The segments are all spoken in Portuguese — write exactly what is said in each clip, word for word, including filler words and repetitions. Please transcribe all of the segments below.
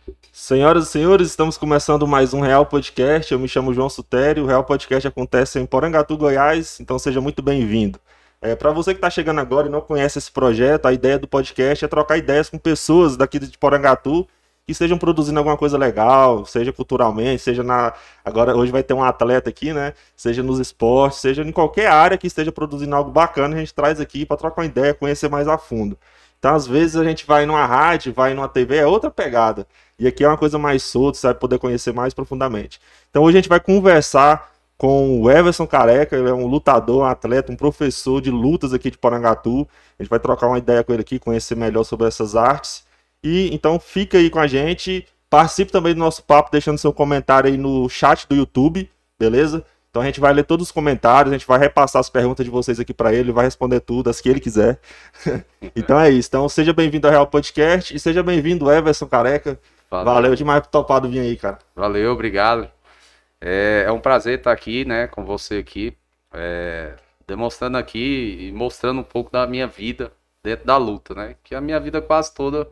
Senhoras e senhores, estamos começando mais um Real Podcast. Eu me chamo João Sutério. O Real Podcast acontece em Porangatu, Goiás, então seja muito bem-vindo. É, para você que está chegando agora e não conhece esse projeto, a ideia do podcast é trocar ideias com pessoas daqui de Porangatu que estejam produzindo alguma coisa legal, seja culturalmente, seja na... Agora, hoje vai ter um atleta aqui, né? Seja nos esportes, seja em qualquer área que esteja produzindo algo bacana, a gente traz aqui para trocar uma ideia, conhecer mais a fundo. Então, às vezes, a gente vai numa rádio, vai numa T V, é outra pegada. E aqui é uma coisa mais solta, você vai poder conhecer mais profundamente. Então, hoje a gente vai conversar com o Everson Careca, ele é um lutador, um atleta, um professor de lutas aqui de Porangatu. A gente vai trocar uma ideia com ele aqui, conhecer melhor sobre essas artes. E então fica aí com a gente, participe também do nosso papo, deixando seu comentário aí no chat do YouTube, beleza? Então a gente vai ler todos os comentários, a gente vai repassar as perguntas de vocês aqui para ele, vai responder tudo, as que ele quiser. Então é isso. Então seja bem-vindo ao Real Podcast e seja bem-vindo, Everson Careca. Valeu, Valeu demais por topado vir aí, cara. Valeu, obrigado. É, é um prazer estar aqui, né, com você aqui, é, demonstrando aqui e mostrando um pouco da minha vida dentro da luta, né? Que a minha vida quase toda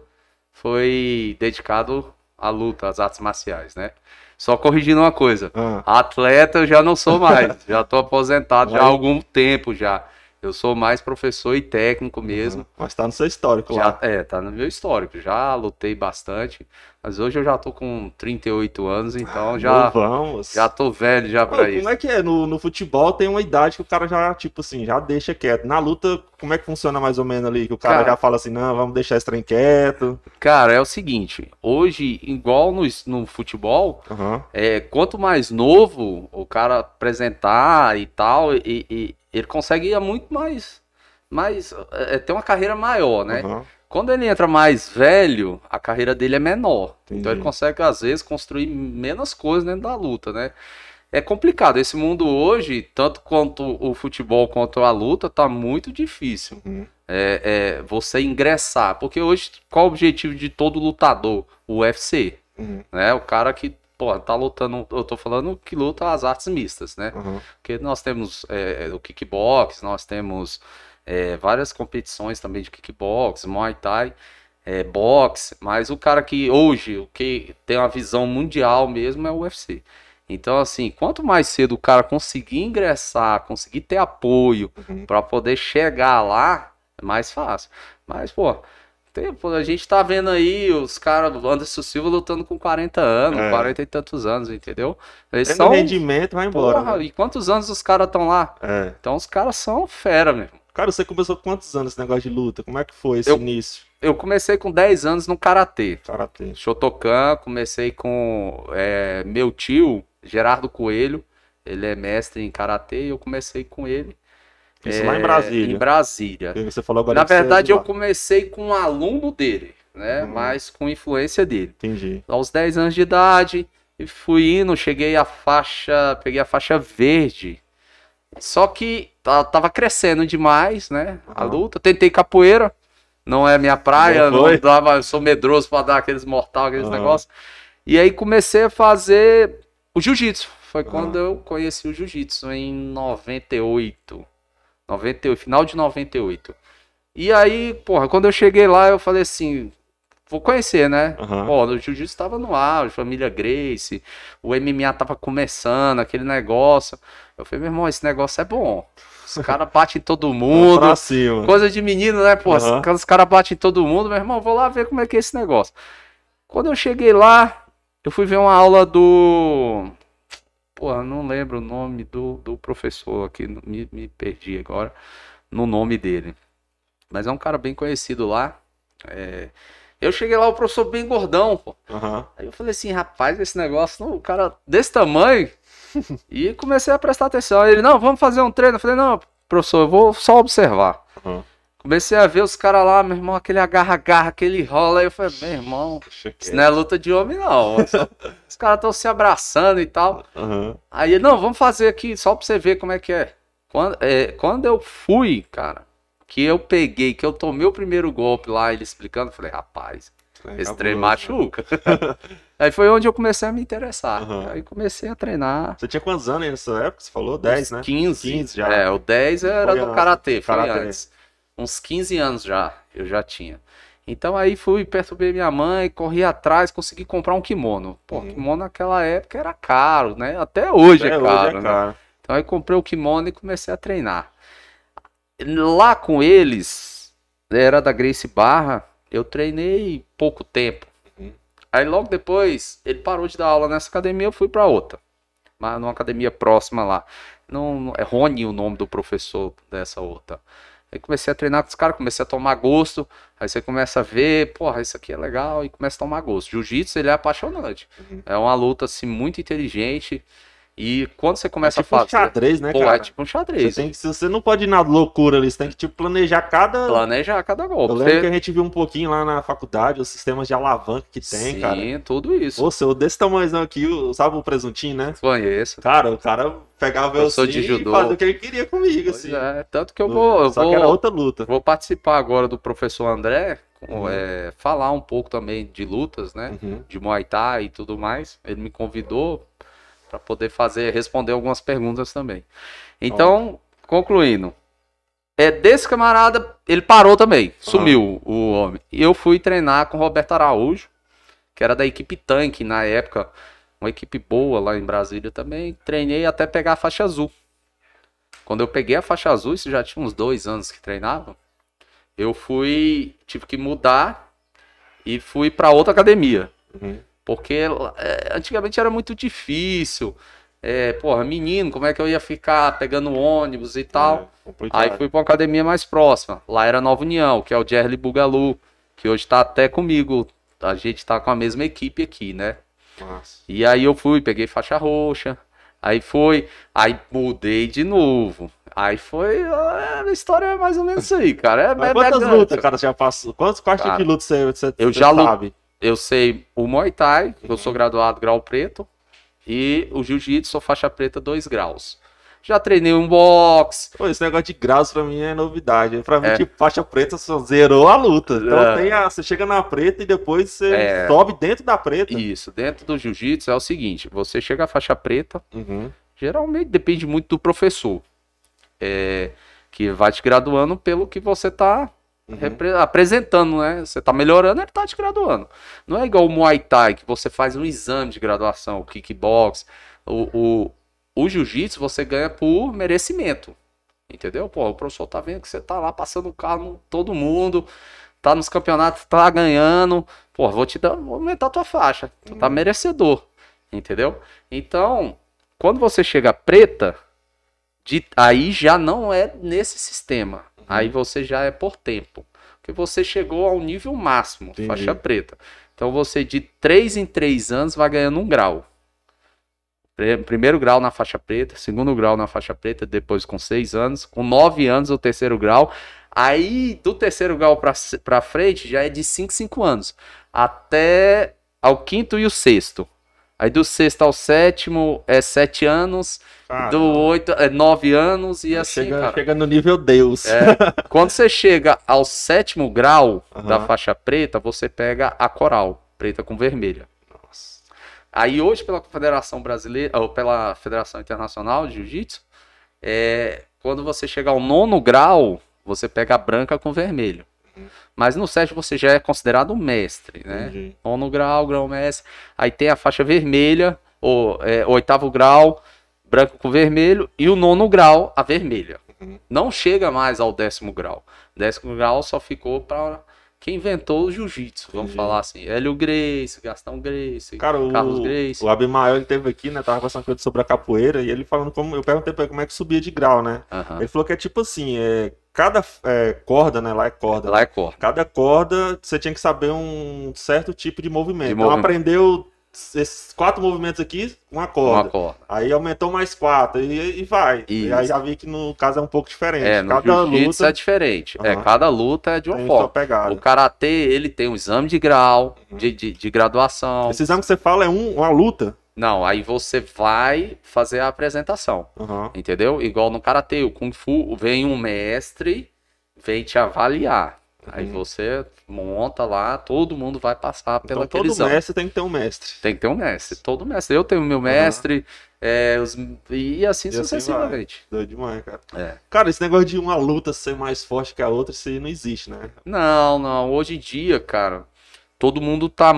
foi dedicado à luta, às artes marciais, né? Só corrigindo uma coisa, ah. atleta eu já não sou mais, já tô aposentado já há algum tempo já. Eu sou mais professor e técnico mesmo. Uhum. Mas tá no seu histórico já, lá. É, tá no meu histórico. Já lutei bastante, mas hoje eu já tô com trinta e oito anos, então ah, já vamos. já tô velho já pra Pô, isso. Como é que é? No, no futebol tem uma idade que o cara já, tipo assim, já deixa quieto. Na luta, como é que funciona mais ou menos ali? Que o cara, cara já fala assim, não, vamos deixar esse trem quieto. Cara, é o seguinte, hoje, igual no, no futebol, uhum. é, quanto mais novo o cara apresentar e tal, e, e ele consegue ir muito mais, mais é, ter uma carreira maior, né? Uhum. Quando ele entra mais velho, a carreira dele é menor. Entendi. Então ele consegue, às vezes, construir menos coisas dentro da luta, né? É complicado. Esse mundo hoje, tanto quanto o futebol quanto a luta, tá muito difícil. Uhum. É, é, você ingressar. Porque hoje, qual o objetivo de todo lutador? O U F C. Uhum. Né? O cara que, pô, tá lutando, eu tô falando que luta as artes mistas, né? Uhum. Porque nós temos é, o kickbox, nós temos é, várias competições também de kickbox, Muay Thai, é, boxe, mas o cara que hoje, o que tem uma visão mundial mesmo é o U F C. Então, assim, quanto mais cedo o cara conseguir ingressar, conseguir ter apoio uhum. para poder chegar lá, é mais fácil. Mas, pô, tem, pô, a gente tá vendo aí os caras, Anderson Silva lutando com quarenta anos, é. quarenta e tantos anos, entendeu? Eles Tendo são... rendimento, vai embora. Porra, né? E quantos anos os caras estão lá? É. Então, os caras são fera mesmo. Cara, você começou com quantos anos esse negócio de luta? Como é que foi esse eu, início? Eu comecei com dez anos no Karatê. Karatê. Shotokan, comecei com é, meu tio, Gerardo Coelho, ele é mestre em Karatê e eu comecei com ele. Isso é, lá em Brasília. Em Brasília. Você falou agora Na que verdade, você é eu comecei com um aluno dele, né? Hum. Mas com influência dele. Entendi. Aos dez anos de idade, e fui indo, cheguei a faixa, peguei a faixa verde. Só que tava crescendo demais, né? A uhum. luta. Tentei capoeira, não é minha praia, não, não dava, eu sou medroso pra dar aqueles mortal, aqueles uhum. negócios. E aí comecei a fazer o jiu-jitsu. Foi uhum. quando eu conheci o jiu-jitsu, em noventa e oito. noventa e oito, final de noventa e oito. E aí, porra, quando eu cheguei lá, eu falei assim, vou conhecer, né? Uhum. Pô, o jiu-jitsu tava no auge, família Gracie, o M M A tava começando, aquele negócio. Eu falei, meu irmão, esse negócio é bom. Os caras batem em todo mundo. Pra cima. Coisa de menino, né, pô? Uhum. Os caras batem em todo mundo, meu irmão, vou lá ver como é que é esse negócio. Quando eu cheguei lá, eu fui ver uma aula do... Pô, não lembro o nome do, do professor aqui, me, me perdi agora no nome dele. Mas é um cara bem conhecido lá. É... Eu cheguei lá, o professor bem gordão, pô. Uhum. Aí eu falei assim, rapaz, esse negócio, não, o cara desse tamanho... E comecei a prestar atenção. Ele, não, vamos fazer um treino. Eu falei, não, professor, eu vou só observar. Uhum. Comecei a ver os caras lá, meu irmão, aquele agarra-agarra, aquele rola. Aí eu falei, meu irmão, isso não é luta de homem, não. Só, os caras estão se abraçando e tal. Uhum. Aí ele, não, vamos fazer aqui só pra você ver como é que é. Quando, é, quando eu fui, cara, que eu peguei, que eu tomei o primeiro golpe lá, ele explicando, eu falei, rapaz, é, esse trem machuca. Aí foi onde eu comecei a me interessar. Uhum. Aí comecei a treinar. Você tinha quantos anos aí nessa época? Você falou dez, né? quinze. quinze já. É, o dez era foi do Karatê, foi Karatê. antes. Uns quinze anos já, eu já tinha. Então aí fui, perturbei minha mãe, corri atrás, consegui comprar um kimono. Pô, Uhum. kimono naquela época era caro, né? Até hoje Até é hoje caro, é né? caro. Então aí comprei o kimono e comecei a treinar. Lá com eles, era da Gracie Barra, eu treinei pouco tempo. Uhum. Aí logo depois, ele parou de dar aula nessa academia, eu fui pra outra. Mas numa academia próxima lá. Não, é Rony o nome do professor dessa outra. Aí comecei a treinar com os caras, comecei a tomar gosto. Aí você começa a ver, porra, isso aqui é legal, e começa a tomar gosto. Jiu-jitsu, ele é apaixonante. Uhum. É uma luta, assim, muito inteligente. E quando você começa é tipo a fazer... um xadrez, né, pô, cara? é tipo um xadrez. Você, tem que, você não pode ir na loucura ali, você tem que tipo, planejar cada... Planejar cada golpe. Eu lembro você... que a gente viu um pouquinho lá na faculdade, os sistemas de alavanca que tem, Sim, cara. Sim, tudo isso. Ô, seu, desse tamanhozão aqui, sabe o presuntinho, né? Conheço. Cara, o cara pegava eu assim de judô. E fazia o que ele queria comigo, pois assim. É, tanto que eu vou... Eu Só vou, que era outra luta. Vou participar agora do professor André, Uhum. é, falar um pouco também de lutas, né? Uhum. De Muay Thai e tudo mais. Ele me convidou para poder fazer, responder algumas perguntas também. Então, oh. concluindo, é desse camarada, ele parou também, sumiu uhum. o homem. E eu fui treinar com o Roberto Araújo, que era da equipe Tanque na época, uma equipe boa lá em Brasília também. Treinei até pegar a faixa azul. Quando eu peguei a faixa azul, isso já tinha uns dois anos que treinava, eu fui, tive que mudar e fui para outra academia. Uhum. Porque é, antigamente era muito difícil. É, porra, menino, como é que eu ia ficar pegando ônibus e tal? É, Aí fui para uma academia mais próxima. Lá era Nova União, que é o Jerry Bugalu, que hoje tá até comigo. A gente tá com a mesma equipe aqui, né? Nossa. E aí eu fui, peguei faixa roxa. Aí foi, aí mudei de novo. Aí foi, a história é mais ou menos isso aí, cara. É, Mas é quantas grande, lutas, cara, você já passou? Quantos, quais tipos de lutas você, você, eu você já sabe? Eu sei o Muay Thai, uhum. eu sou graduado grau preto, e o Jiu-Jitsu, sou faixa preta dois graus. Já treinei um boxe. Pô, esse negócio de graus pra mim é novidade. Pra mim, É. tipo, faixa preta só zerou a luta. Então É. tem a, você chega na preta e depois você É. sobe dentro da preta. Isso, dentro do Jiu-Jitsu é o seguinte, você chega à faixa preta, Uhum. geralmente depende muito do professor, é, que vai te graduando pelo que você tá Uhum. repre- apresentando, né? Você tá melhorando, ele tá te graduando. Não é igual o Muay Thai, que você faz um exame de graduação, o kickbox, o, o, o Jiu-Jitsu você ganha por merecimento, entendeu? Pô, o professor tá vendo que você tá lá passando o carro em todo mundo, tá nos campeonatos, tá ganhando, pô, vou te dar, vou aumentar a tua faixa, tu tá merecedor, entendeu? Então, quando você chega preta, de, aí já não é nesse sistema. Aí você já é por tempo. Porque você chegou ao nível máximo, Entendi. Faixa preta. Então você de três em três anos vai ganhando um grau. Primeiro grau na faixa preta, segundo grau na faixa preta, depois com seis anos, com nove anos o terceiro grau. Aí do terceiro grau pra, pra frente já é de cinco, cinco anos. Até ao quinto e o sexto. Aí do sexto ao sétimo é sete anos, Caramba. do oito é nove anos e assim, chega, cara. chega no nível Deus. É, quando você chega ao sétimo grau Uhum. da faixa preta, você pega a coral, preta com vermelha. Nossa. Aí hoje pela Federação Brasileira, ou pela Federação Internacional de Jiu-Jitsu, é, quando você chega ao nono grau, você pega a branca com vermelho. Mas no sétimo você já é considerado um mestre, né? Entendi. Nono grau, grau mestre. Aí tem a faixa vermelha, o é, oitavo grau, branco com vermelho, e o nono grau, a vermelha. Uhum. Não chega mais ao décimo grau. Décimo grau só ficou para quem inventou o jiu-jitsu, vamos Entendi. falar assim. Hélio Gracie, Gastão Gracie, Cara, Carlos o, Gracie. o Abimael, ele teve aqui, né? Tava conversando com ele sobre a capoeira e ele falando como. Eu perguntei pra ele como é que subia de grau, né? Uhum. Ele falou que é tipo assim, é, cada é, corda, né? Lá é corda. Lá é corda. Cada corda você tinha que saber um certo tipo de movimento. De então movimento. aprendeu esses quatro movimentos aqui, uma corda. Uma corda. Aí aumentou mais quatro e, e vai. Isso. E aí já vi que no caso é um pouco diferente. É, no cada jiu-jitsu luta é diferente. É, Uhum. cada luta é de uma tem sua forma. pegada. O karatê, ele tem um exame de grau, Uhum. de, de, de graduação. Esse exame que você fala é um, uma luta. Não, aí você vai fazer a apresentação, Uhum. entendeu? Igual no karatê, o kung fu, vem um mestre, vem te avaliar. Aí você monta lá, todo mundo vai passar pela então, todo mestre tem que ter um mestre. Tem que ter um mestre, todo mestre. Eu tenho meu mestre, uhum. é, os, e assim e sucessivamente. Assim doido demais, cara. É. Cara, esse negócio de uma luta ser mais forte que a outra, isso aí não existe, né? Não, não. Hoje em dia, cara, todo mundo tá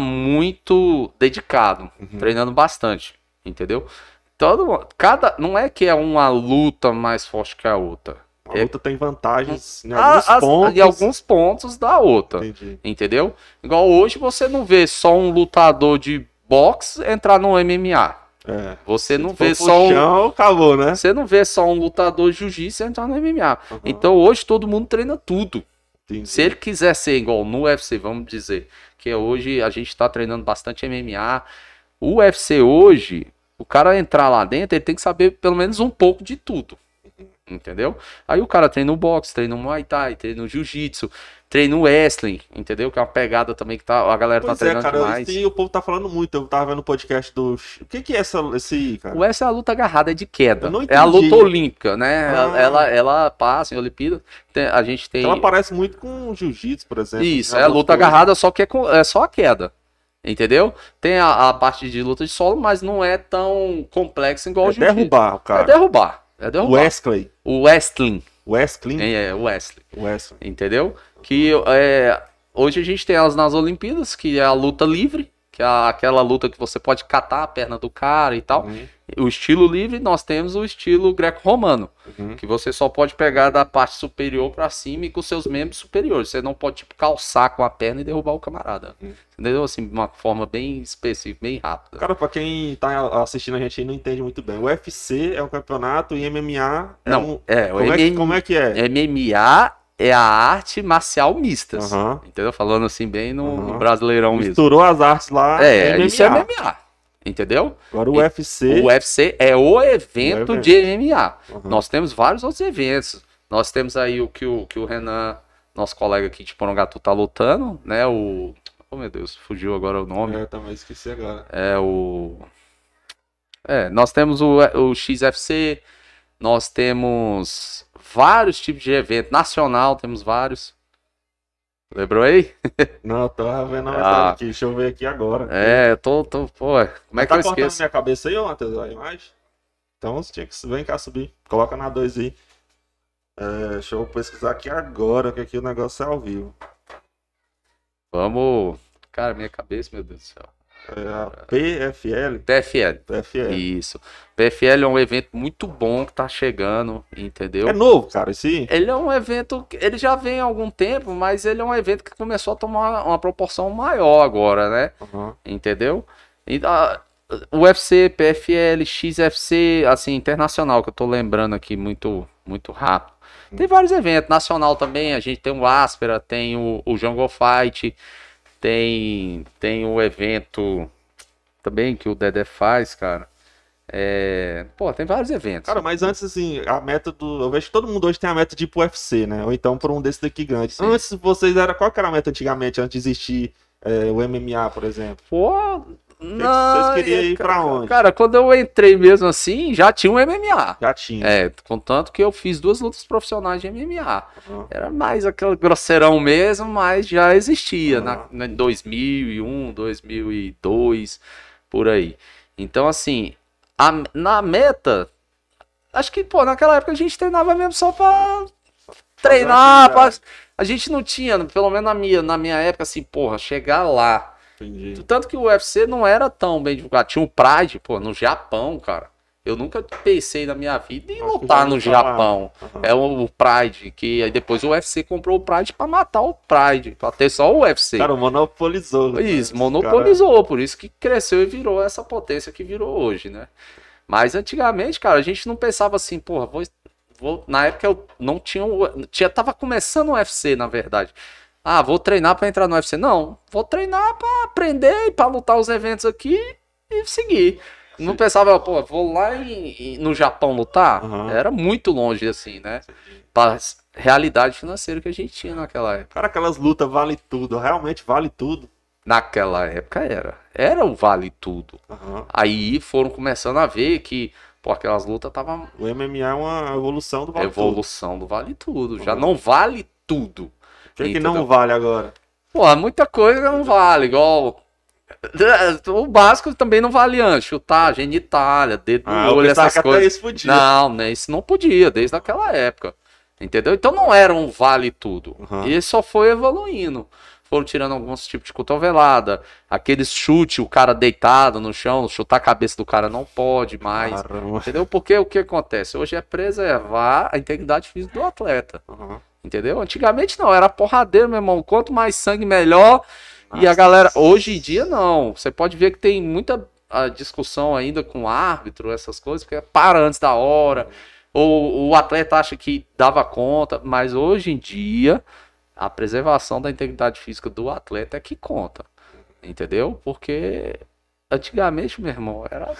muito dedicado, uhum. treinando bastante, entendeu? Todo, cada, não é que é uma luta mais forte que a outra. A outra tem vantagens em alguns, as, pontos. Em alguns pontos da outra. Entendi. Entendeu? Igual hoje você não vê só um lutador de boxe entrar no M M A. É. Você não Se vê só chão, um... acabou, né? Você não vê só um lutador de jiu-jitsu entrar no M M A. Uhum. Então hoje todo mundo treina tudo. Entendi. Se ele quiser ser igual no U F C, vamos dizer, que hoje a gente está treinando bastante M M A. O U F C hoje, o cara entrar lá dentro, ele tem que saber pelo menos um pouco de tudo. Entendeu? Aí o cara treina o boxe, treina o Muay Thai, treina o Jiu-Jitsu, treina o Wrestling, entendeu? Que é uma pegada também que tá, a galera pois tá treinando é, cara, demais. E o povo tá falando muito, eu tava vendo o podcast do... O que que é essa, esse, cara? O Wrestling é a luta agarrada, é de queda. É a luta olímpica, né? Ah. Ela, ela passa em Olimpíada, a gente tem... Ela parece muito com o Jiu-Jitsu, por exemplo. Isso, é a luta coisas. agarrada, só que é, com, é só a queda. Entendeu? Tem a, a parte de luta de solo, mas não é tão complexa igual é o Jiu-Jitsu. derrubar o cara. É derrubar. É derrubar. Wesley. O Wrestling. Wrestling? É, é, o Wrestling. Wrestling. Entendeu? Que é, hoje a gente tem elas nas Olimpíadas, que é a luta livre, que é aquela luta que você pode catar a perna do cara e tal. Uhum. O estilo livre, nós temos o estilo greco-romano, uhum. que você só pode pegar da parte superior para cima e com seus membros superiores. Você não pode, tipo, calçar com a perna e derrubar o camarada. Uhum. Entendeu? Assim, de uma forma bem específica, bem rápida. Cara, pra quem tá assistindo a gente aí não entende muito bem. O U F C é um campeonato e M M A é não, um... É, como, M... é que, como é que é? M M A é a arte marcial mistas. Uhum. Entendeu? Falando assim bem no, uhum. no brasileirão mesmo. Misturou as artes lá. É, M M A. Isso é M M A. Entendeu? Agora o U F C... O U F C é o evento, o evento. de M M A. Uhum. Nós temos vários outros eventos. Nós temos aí o que o, que o Renan, nosso colega aqui de Porangatu, tá lutando, né? O... Oh, meu Deus, fugiu agora o nome. É, também esqueci agora. É o... É, nós temos o, o X F C, nós temos vários tipos de evento. Nacional, temos vários. Lembrou aí? Não, tô vendo a mensagem ah, aqui. Deixa eu ver aqui agora. É, eu tô, tô, pô, como é que tá eu esqueço? Tá cortando minha cabeça aí, ô Matheus, a imagem? Então você tinha que vem cá subir. Coloca na dois aí. É, deixa eu pesquisar aqui agora, que aqui o negócio é ao vivo. Vamos... Cara, minha cabeça, meu Deus do céu. É a P F L? P F L. P F L. Isso. P F L é um evento muito bom que tá chegando, entendeu? É novo, cara, esse? Ele é um evento, ele já vem há algum tempo, mas ele é um evento que começou a tomar uma, uma proporção maior agora, né? Uhum. Entendeu? E, a, o U F C, P F L, X F C, assim, internacional, que eu tô lembrando aqui muito, muito rápido. Uhum. Tem vários eventos, nacional também, a gente tem o Aspera, tem o, o Jungle Fight, tem, tem o evento também que o Dedé faz, cara. É... Pô, tem vários eventos. Cara, mas antes, assim, a meta do... Eu vejo que todo mundo hoje tem a meta de ir pro U F C, né? Ou então por um desses daqui grande. Sim. Antes, vocês era... Qual que era a meta antigamente, antes de existir é, o M M A, por exemplo? Pô... Não, vocês queriam ir pra onde? Cara, quando eu entrei mesmo assim, já tinha um M M A. Já tinha. É, contanto que eu fiz duas lutas profissionais de M M A. Uhum. Era mais aquele grosseirão mesmo, mas já existia uhum. na, na dois mil e um, dois mil e dois, por aí. Então, assim, a, na meta, acho que, pô, naquela época a gente treinava mesmo só pra treinar. Pra, a gente não tinha, pelo menos na minha, na minha época, assim, porra, chegar lá. Entendi. Tanto que o U F C não era tão bem divulgado. Tinha o Pride, pô, no Japão, cara. Eu nunca pensei na minha vida em Acho lutar no Japão. Uhum. É o Pride, que aí depois o U F C comprou o Pride pra matar o Pride, pra ter só o U F C. Cara, monopolizou. Isso, monopolizou, cara... por isso que cresceu e virou essa potência que virou hoje, né? Mas antigamente, cara, a gente não pensava assim, porra, vou... vou... na época eu não tinha... tinha... Tava começando o U F C, na verdade. Ah, vou treinar pra entrar no U F C. Não, vou treinar pra aprender e pra lutar os eventos aqui e seguir. Sim. Não pensava, pô, vou lá em, em, no Japão lutar? Uhum. Era muito longe, assim, né? Pra realidade financeira que a gente tinha naquela época. Cara, aquelas lutas vale tudo, realmente vale tudo. Naquela época era. Era o vale tudo. Uhum. Aí foram começando a ver que, pô, aquelas lutas tava... O M M A é uma evolução do vale evolução tudo. Evolução do vale tudo. Uhum. Já não vale tudo. O que, que não vale agora? Pô, muita coisa não vale, igual... O básico também não vale antes, chutar, genitália, dedo no ah, olho, essas que coisas. Até isso podia. Não, né, isso não podia, desde aquela época. Entendeu? Então não era um vale tudo. Uhum. E só foi evoluindo. Foram tirando alguns tipos de cotovelada, aqueles chute, o cara deitado no chão, chutar a cabeça do cara não pode mais. Caramba. Entendeu? Porque o que acontece? Hoje é preservar a integridade física do atleta. Uhum. Entendeu? Antigamente não, era porradeiro, meu irmão. Quanto mais sangue, melhor. Nossa. E a galera, hoje em dia não. Você pode ver que tem muita a discussão ainda com o árbitro, essas coisas, porque para antes da hora. Ou o atleta acha que dava conta, mas hoje em dia a preservação da integridade física do atleta é que conta, entendeu? Porque antigamente, meu irmão, era...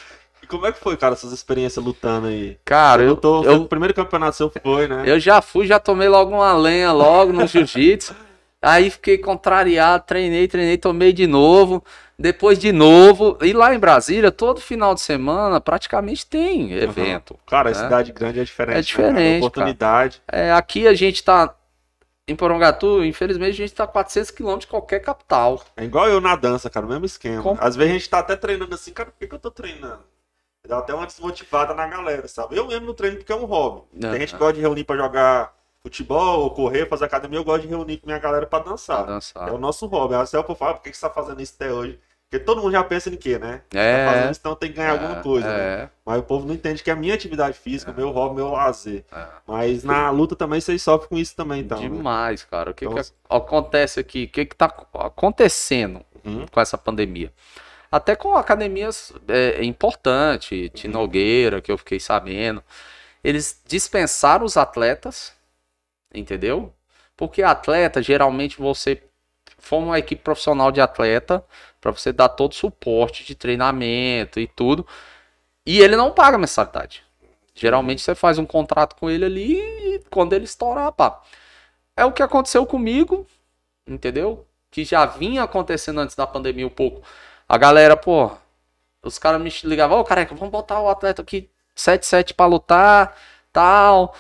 E como é que foi, cara, essas experiências lutando aí? Cara, eu... Lutou, eu o primeiro campeonato seu foi, né? Eu já fui, já tomei logo uma lenha logo no jiu-jitsu, aí fiquei contrariado, treinei, treinei, tomei de novo... Depois de novo, e lá em Brasília, todo final de semana, praticamente tem evento. Uhum. Cara, né? a cidade grande é diferente. É diferente, né, oportunidade. É, aqui a gente tá, em Porangatu, infelizmente, a gente tá a quatrocentos quilômetros de qualquer capital. É igual eu na dança, cara, o mesmo esquema. Com... Às vezes a gente tá até treinando assim, cara, por que, que eu tô treinando? Dá até uma desmotivada na galera, sabe? Eu mesmo não treino porque é um hobby. Uhum. Tem gente que gosta de reunir pra jogar futebol ou correr, fazer academia, eu gosto de reunir com minha galera pra dançar. Pra dançar. É o nosso hobby. Aí o povo fala, por que, que você tá fazendo isso até hoje? Porque todo mundo já pensa em quê, né? É. Tá fazendo isso, então tem que ganhar é, alguma coisa, é. né? Mas o povo não entende que é a minha atividade física, o é. meu hobby, meu lazer. É. Mas na luta também vocês sofrem com isso também, então. Demais, né? Cara. O que, então, que acontece aqui? O que que tá acontecendo uhum. com essa pandemia? Até com academias é, importantes, Tinogueira, uhum. que eu fiquei sabendo. Eles dispensaram os atletas, entendeu? Porque atleta, geralmente você forma uma equipe profissional de atleta para você dar todo o suporte de treinamento e tudo. E ele não paga mensalidade. Geralmente você faz um contrato com ele ali e quando ele estourar, pá. É o que aconteceu comigo, entendeu? Que já vinha acontecendo antes da pandemia um pouco. A galera, pô, os caras me ligavam, ô, careca, vamos botar o atleta aqui sete sete pra lutar, tal.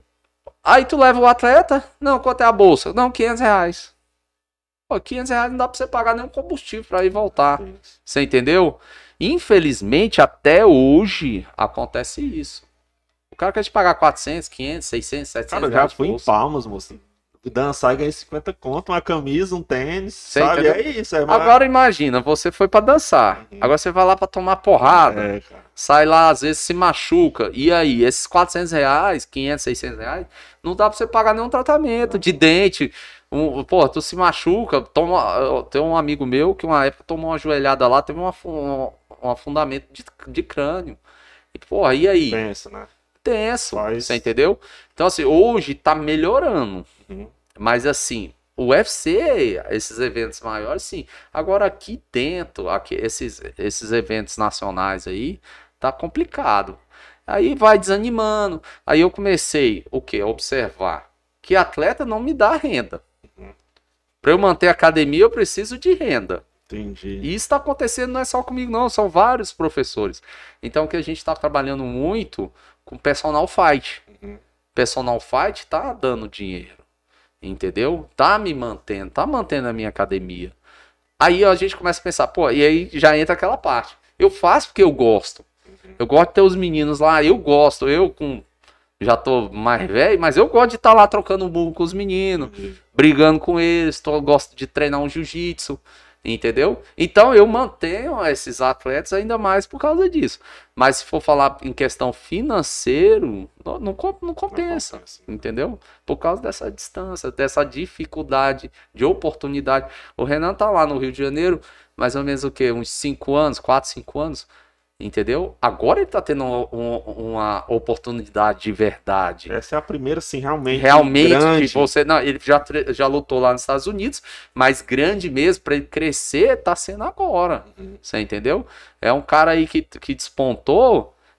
Aí tu leva o atleta, não, quanto é a bolsa? Não, quinhentos reais. Pô, quinhentos reais não dá pra você pagar nenhum combustível pra ir voltar. Você entendeu? Infelizmente, até hoje, acontece isso. O cara quer te pagar quatrocentos, quinhentos, seiscentos, setecentos reais. Cara, eu já fui em Palmas, moço. Dançar e ganhei cinquenta conto, uma camisa, um tênis, você sabe? Entendeu? É isso. É uma... Agora imagina, você foi pra dançar. Uhum. Agora você vai lá pra tomar porrada. É, sai lá, às vezes se machuca. E aí, esses quatrocentos reais, quinhentos, seiscentos reais, não dá pra você pagar nenhum tratamento uhum. de dente. Um, pô, tu se machuca. Toma, tem um amigo meu que uma época tomou uma joelhada lá, teve uma, um, um afundamento de, de crânio. E, porra, e aí? Pensa, né? Tenso, Faz... você entendeu? Então, assim, hoje tá melhorando. Uhum. Mas, assim, o U F C, esses eventos maiores, sim. Agora, aqui dentro, aqui, esses, esses eventos nacionais aí, tá complicado. Aí vai desanimando. Aí eu comecei, o quê? A observar que atleta não me dá renda. Uhum. Para eu manter a academia, eu preciso de renda. Entendi. E isso tá acontecendo, não é só comigo, não. São vários professores. Então, o que a gente tá trabalhando muito com personal fight. Uhum. Personal fight tá dando dinheiro. Entendeu? Tá me mantendo, tá mantendo a minha academia. Aí ó, a gente começa a pensar, pô, e aí já entra aquela parte. Eu faço porque eu gosto. Uhum. Eu gosto de ter os meninos lá, eu gosto. Eu com já tô mais velho, mas eu gosto de estar tá lá trocando burro com os meninos, uhum. brigando com eles, tô, gosto de treinar um jiu-jitsu. Entendeu? Então eu mantenho esses atletas ainda mais por causa disso. Mas se for falar em questão financeiro, não, não, não compensa. Não compensa. Entendeu? Por causa dessa distância, dessa dificuldade de oportunidade. O Renan tá lá no Rio de Janeiro, mais ou menos o quê? Uns cinco anos, quatro, cinco anos. Entendeu? Agora ele tá tendo uma, uma oportunidade de verdade. Essa é a primeira, sim, realmente. Realmente, grande. Que você. Não, ele já, já lutou lá nos Estados Unidos, mas grande mesmo, para ele crescer, tá sendo agora. Uhum. Você entendeu? É um cara aí que, que despontou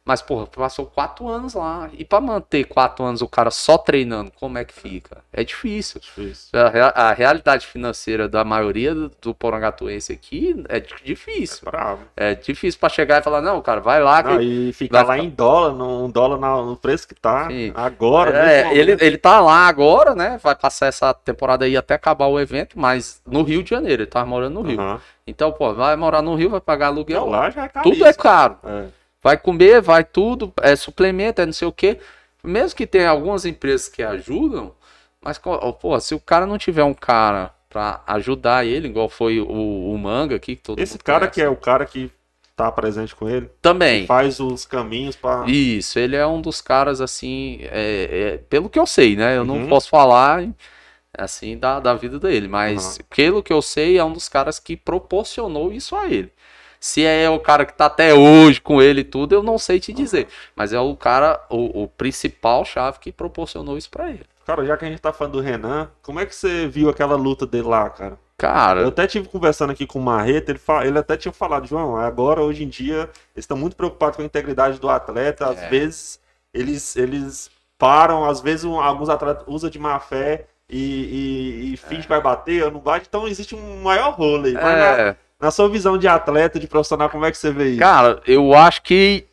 Mas, porra, passou quatro anos lá. E pra manter quatro anos o cara só treinando, como é que fica? É difícil. difícil. A, a realidade financeira da maioria do, do porangatuense aqui é difícil. É bravo. É difícil pra chegar e falar, não, cara, vai lá. Não, que e ficar lá ficar... em dólar, no, um dólar no preço que tá Sim. agora. É, ele, ele tá lá agora, né? Vai passar essa temporada aí até acabar o evento, mas no Rio de Janeiro, ele tava morando no Rio. Uhum. Então, pô, vai morar no Rio, vai pagar aluguel. Não, lá já é tudo é caro. É. Vai comer, vai tudo, é suplemento, é não sei o quê. Mesmo que tenha algumas empresas que ajudam, mas, pô, se o cara não tiver um cara pra ajudar ele, igual foi o, o Manga aqui, que todo Esse cara conhece. Que é o cara que tá presente com ele? Também. Que faz os caminhos para. Isso, ele é um dos caras, assim, é, é, pelo que eu sei, né? Eu uhum. não posso falar, assim, da, da vida dele, mas uhum. pelo que eu sei, é um dos caras que proporcionou isso a ele. Se é o cara que tá até hoje com ele e tudo, eu não sei te dizer. Uhum. Mas é o cara, o, o principal chave que proporcionou isso pra ele. Cara, já que a gente tá falando do Renan, como é que você viu aquela luta dele lá, cara? Cara... Eu até tive conversando aqui com o Marreta, ele, fa... ele até tinha falado, João, agora, hoje em dia, eles estão muito preocupados com a integridade do atleta. Às é. vezes, eles, eles param, às vezes um, alguns atletas usam de má fé e, e, e finge é. que vai bater, ou não bate. Então, existe um maior rolo aí. Mas é. na... Na sua visão de atleta, de profissional, como é que você vê isso? Cara, eu acho que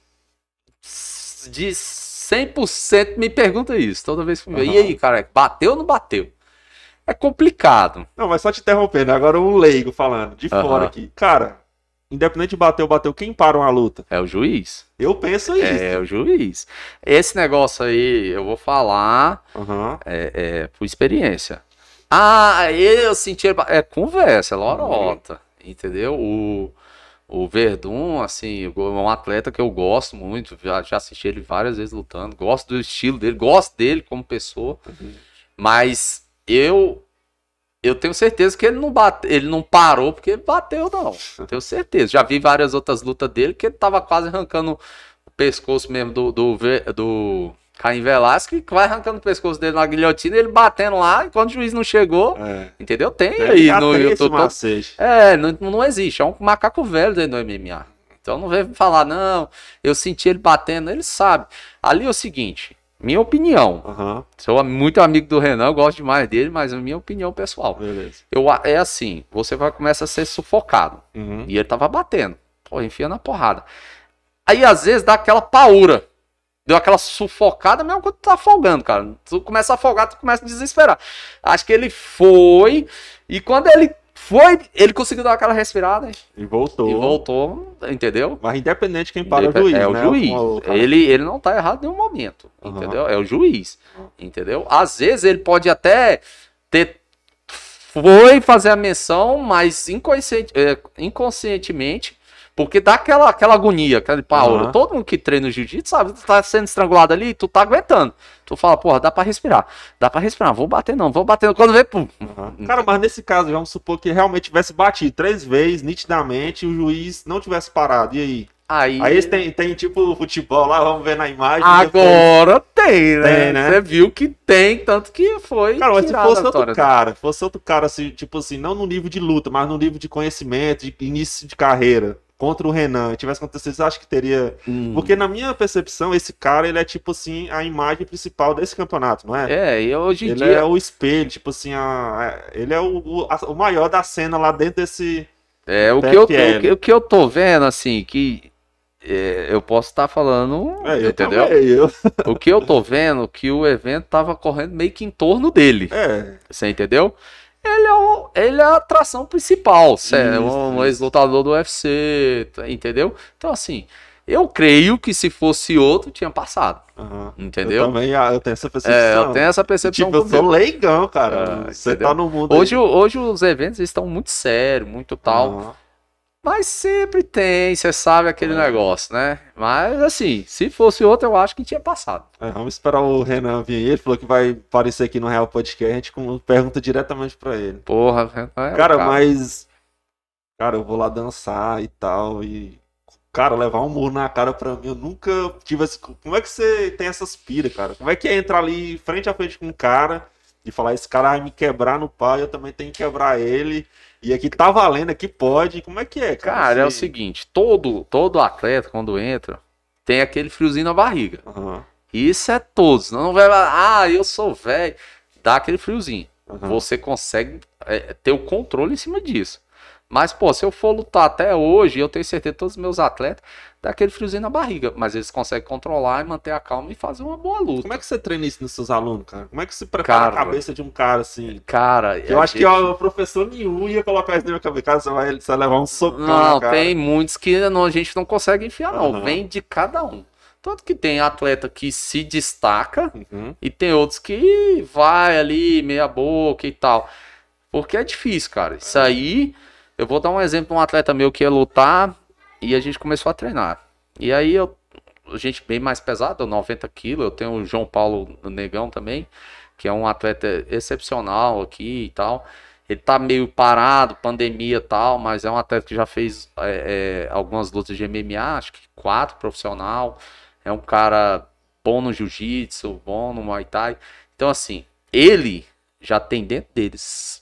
de cem por cento me pergunta isso toda vez que me vê. Uhum. E aí, cara, bateu ou não bateu? É complicado. Não, mas só te interrompendo, agora um leigo falando, de uhum. fora aqui. Cara, independente de bateu, bateu, quem para uma luta? É o juiz. Eu penso isso. É o juiz. Esse negócio aí, eu vou falar uhum. é, é, por experiência. Ah, eu senti... É conversa, é lorota. Uhum. Entendeu? O, o Verdun, assim, é um atleta que eu gosto muito, já, já assisti ele várias vezes lutando, gosto do estilo dele, gosto dele como pessoa, uhum. mas eu eu tenho certeza que ele não bate, ele não parou porque ele bateu, não. Tenho certeza. Já vi várias outras lutas dele que ele tava quase arrancando o pescoço mesmo do, do, do Caim Velasquez, que vai arrancando o pescoço dele na guilhotina, ele batendo lá, enquanto o juiz não chegou, é. entendeu? Tem, tem aí no YouTube. É, não, não existe, é um macaco velho dentro do M M A. Então não vem falar, não, eu senti ele batendo, ele sabe. Ali é o seguinte, minha opinião, uhum. sou muito amigo do Renan, eu gosto demais dele, mas a minha opinião pessoal. Beleza. Eu, é assim, você vai começar a ser sufocado, uhum. e ele tava batendo, pô, enfia na porrada. Aí às vezes dá aquela paura. Deu aquela sufocada mesmo quando tu tá afogando, cara. Tu começa a afogar, tu começa a desesperar. Acho que ele foi, e quando ele foi, ele conseguiu dar aquela respirada. E voltou. E voltou, entendeu? Mas independente de quem para o juiz, é o né? juiz. O, ele, ele não tá errado em nenhum momento, uhum. entendeu? É o juiz, entendeu? Às vezes ele pode até ter... Foi fazer a menção, mas inconsciente, é, inconscientemente... Porque dá aquela, aquela agonia, aquele paura. Uhum. Todo mundo que treina o jiu-jitsu sabe, tu tá sendo estrangulado ali, tu tá aguentando. Tu fala, porra, dá pra respirar. Dá pra respirar, vou bater não, vou bater. Quando vê, pum. Uhum. Cara, mas nesse caso, vamos supor que realmente tivesse batido três vezes, nitidamente, e o juiz não tivesse parado. E aí? Aí, aí tem, tem tipo futebol lá, vamos ver na imagem. Agora depois... tem, né? Tem, né? Você viu que tem, tanto que foi. Cara, mas se fosse outro cara, fosse outro cara, assim, tipo assim, não no nível de luta, mas no nível de conhecimento, de início de carreira. Contra o Renan, tivesse acontecido, você acha que teria... Hum. Porque na minha percepção, esse cara, ele é tipo assim, a imagem principal desse campeonato, não é? É, e hoje em ele dia... Ele é o espelho, tipo assim, a... ele é o, o, a, o maior da cena lá dentro desse... É, o que, eu, o, que, o que eu tô vendo, assim, que é, eu posso estar tá falando, é, eu entendeu? Também, eu... O que eu tô vendo, que o evento tava correndo meio que em torno dele. É. Você entendeu? Ele é, o, ele é a atração principal, é um ex-lutador do U F C, entendeu? Então, assim, eu creio que se fosse outro, tinha passado, uhum. entendeu? Eu também eu tenho essa percepção. É, eu tenho essa percepção. Tipo, eu sou leigão, cara. É, você entendeu? Tá no mundo hoje, hoje os eventos estão muito sérios, muito tal. Uhum. Mas sempre tem, você sabe aquele é. negócio, né? Mas assim, se fosse outro, eu acho que tinha passado. É, vamos esperar o Renan vir aí. Ele falou que vai aparecer aqui no Real Podcast. A gente com, pergunta diretamente pra ele. Porra, é cara, cara, mas. Cara, eu vou lá dançar e tal. E. Cara, levar um murro na cara pra mim, eu nunca tive esse. Como é que você tem essas piras, cara? Como é que é entrar ali frente a frente com um cara e falar: esse cara vai me quebrar no pau, eu também tenho que quebrar ele. E aqui tá valendo, aqui pode. Como é que é, cara? Cara, Você... é o seguinte, todo, todo atleta, quando entra, tem aquele friozinho na barriga. Uhum. Isso é todos. Não vai ah, eu sou velho. Dá aquele friozinho. Uhum. Você consegue é, ter o controle em cima disso. Mas, pô, se eu for lutar até hoje, eu tenho certeza que todos os meus atletas dá aquele friozinho na barriga. Mas eles conseguem controlar e manter a calma e fazer uma boa luta. Como é que você treina isso nos seus alunos, cara? Como é que se prepara cara, a cabeça de um cara assim? Cara, eu acho gente... que ó, o professor nenhum ia colocar isso na minha cabeça. Cara, você vai, você vai levar um socão. Não, cara. Tem muitos que não, a gente não consegue enfiar, não. Uhum. Vem de cada um. Tanto que tem atleta que se destaca uhum. e tem outros que vai ali meia boca e tal. Porque é difícil, cara. Isso aí, eu vou dar um exemplo de um atleta meu que ia lutar e a gente começou a treinar. E aí, eu, a gente bem mais pesado, noventa quilos. Eu tenho o João Paulo Negão também, que é um atleta excepcional aqui e tal. Ele tá meio parado, pandemia e tal, mas é um atleta que já fez é, é, algumas lutas de M M A, acho que quatro profissional. É um cara bom no jiu-jitsu, bom no Muay Thai. Então, assim, ele já tem dentro dele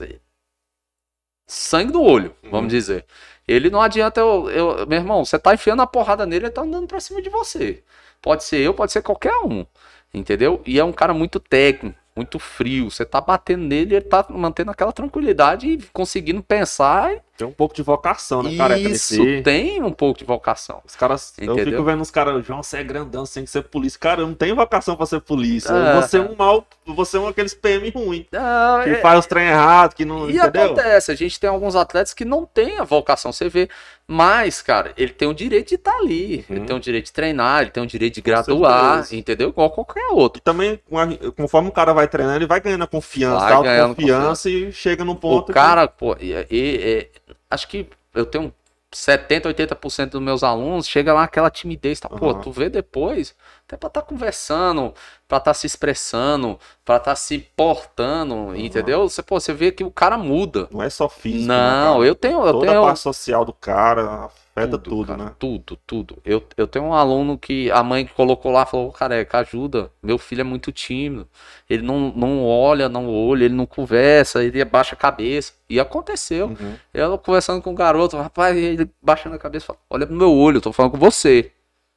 sangue no olho, vamos uhum. dizer. Ele não adianta eu, eu... Meu irmão, você tá enfiando a porrada nele, ele tá andando pra cima de você. Pode ser eu, pode ser qualquer um. Entendeu? E é um cara muito técnico, muito frio. Você tá batendo nele, ele tá mantendo aquela tranquilidade e conseguindo pensar. Tem um pouco de vocação, né, cara? Isso, tem um pouco de vocação. Os caras, entendeu? Eu fico vendo os caras, João, você é grandão, você tem que ser polícia. Cara, eu não tenho vocação pra ser polícia. É. Você é um mal, você é um aqueles P M ruim. Não, que é... faz os trem errado, que não. E entendeu? Acontece, a gente tem alguns atletas que não tem a vocação, você vê. Mas, cara, ele tem o direito de estar ali. Uhum. Ele tem o direito de treinar, ele tem o direito de graduar, entendeu? Igual qualquer outro. E também, conforme o cara vai treinando, ele vai ganhando confiança, vai ganhando confiança, confiança e chega num ponto. O cara, que... pô, e, e, e, acho que eu tenho setenta, oitenta por cento dos meus alunos, chega lá aquela timidez, tá? Pô, uhum. tu vê depois, até pra estar tá conversando, pra estar tá se expressando, pra estar tá se portando, uhum. entendeu? Você, pô, você vê que o cara muda. Não é só físico, não, né, eu tenho, eu Toda tenho... a parte social do cara afeta tudo, tudo cara, né? Tudo, tudo. Eu, eu tenho um aluno que a mãe colocou lá, falou, careca, ajuda, meu filho é muito tímido, ele não, não olha, não olha, ele não conversa, ele abaixa a cabeça. E aconteceu. Uhum. Eu conversando com o garoto, rapaz, ele baixando a cabeça, fala, olha no meu olho, eu tô falando com você.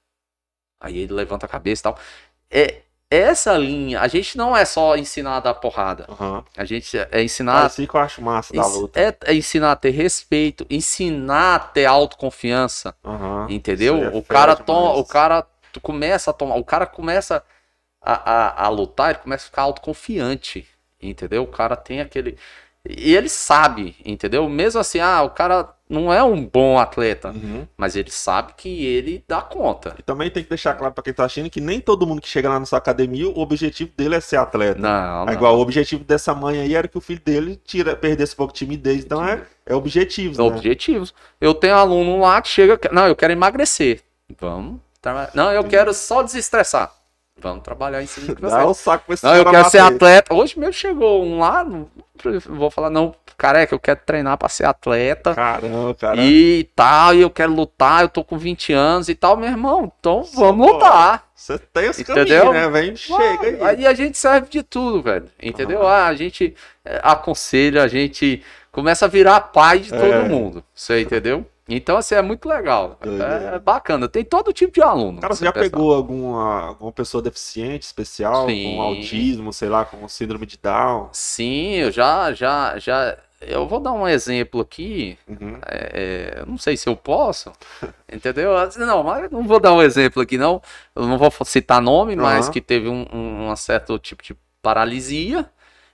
Aí ele levanta a cabeça e tal. É, essa linha, a gente não é só ensinar a dar porrada. Uhum. A gente é ensinar... É assim que eu acho massa da luta. É, é ensinar a ter respeito, ensinar a ter autoconfiança. Uhum. Entendeu? É o, cara toma, o cara começa a tomar... O cara começa a, a, a lutar, ele começa a ficar autoconfiante. Entendeu? O cara tem aquele... E ele sabe, entendeu? Mesmo assim, ah, o cara não é um bom atleta, uhum. mas ele sabe que ele dá conta. E também tem que deixar claro pra quem tá assistindo que nem todo mundo que chega lá na sua academia, o objetivo dele é ser atleta. Não, não. É igual, o objetivo dessa mãe aí era que o filho dele tira, perdesse um pouco de timidez. Então é, é objetivos, né? Objetivos. Eu tenho um aluno lá que chega, não, eu quero emagrecer. Vamos trabalhar. Não, eu quero só desestressar. Vamos trabalhar em cima de você. Dá um saco pra esse Não, eu quero ser atleta. Hoje mesmo chegou um lá, não vou falar, não, careca, eu quero treinar pra ser atleta. Caramba, caramba. E tal, e eu quero lutar, eu tô com vinte anos e tal, meu irmão. Então vamos Pô, lutar. Você tem os caminhos, né? Vem, chega aí. Aí a gente serve de tudo, velho. Entendeu? Ah, a gente é, aconselha, a gente começa a virar pai de todo é. mundo. Você entendeu? Então, assim, é muito legal. É, é bacana. Tem todo tipo de aluno. Cara, você já pensar. pegou alguma, alguma pessoa deficiente especial? Sim. Com autismo, sei lá, com síndrome de Down? Sim, eu já, já, já... Eu vou dar um exemplo aqui. Uhum. É, é, não sei se eu posso. Entendeu? Não, mas não vou dar um exemplo aqui, não. Eu não vou citar nome, uhum. mas que teve um, um, um certo tipo de paralisia.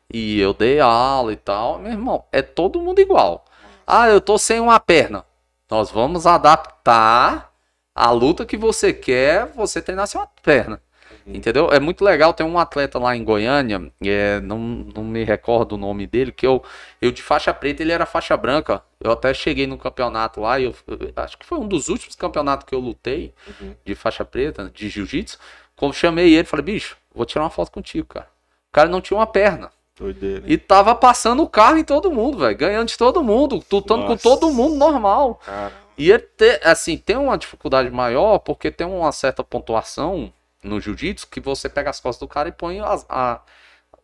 E eu dei aula e tal. Meu irmão, é todo mundo igual. Ah, eu tô sem uma perna. Nós vamos adaptar a luta que você quer, você treinar sua perna. Uhum. Entendeu? É muito legal, tem um atleta lá em Goiânia, é, não, não me recordo o nome dele, que eu, eu de faixa preta, ele era faixa branca. Eu até cheguei no campeonato lá, eu, eu acho que foi um dos últimos campeonatos que eu lutei, uhum. de faixa preta, de jiu-jitsu. Quando chamei ele, falei, bicho, vou tirar uma foto contigo, cara. O cara não tinha uma perna. Doideira. E tava passando o carro em todo mundo, velho. Ganhando de todo mundo. Lutando com todo mundo normal. Caramba. E ele te, assim, tem uma dificuldade maior porque tem uma certa pontuação no jiu-jitsu que você pega as costas do cara e põe a, a,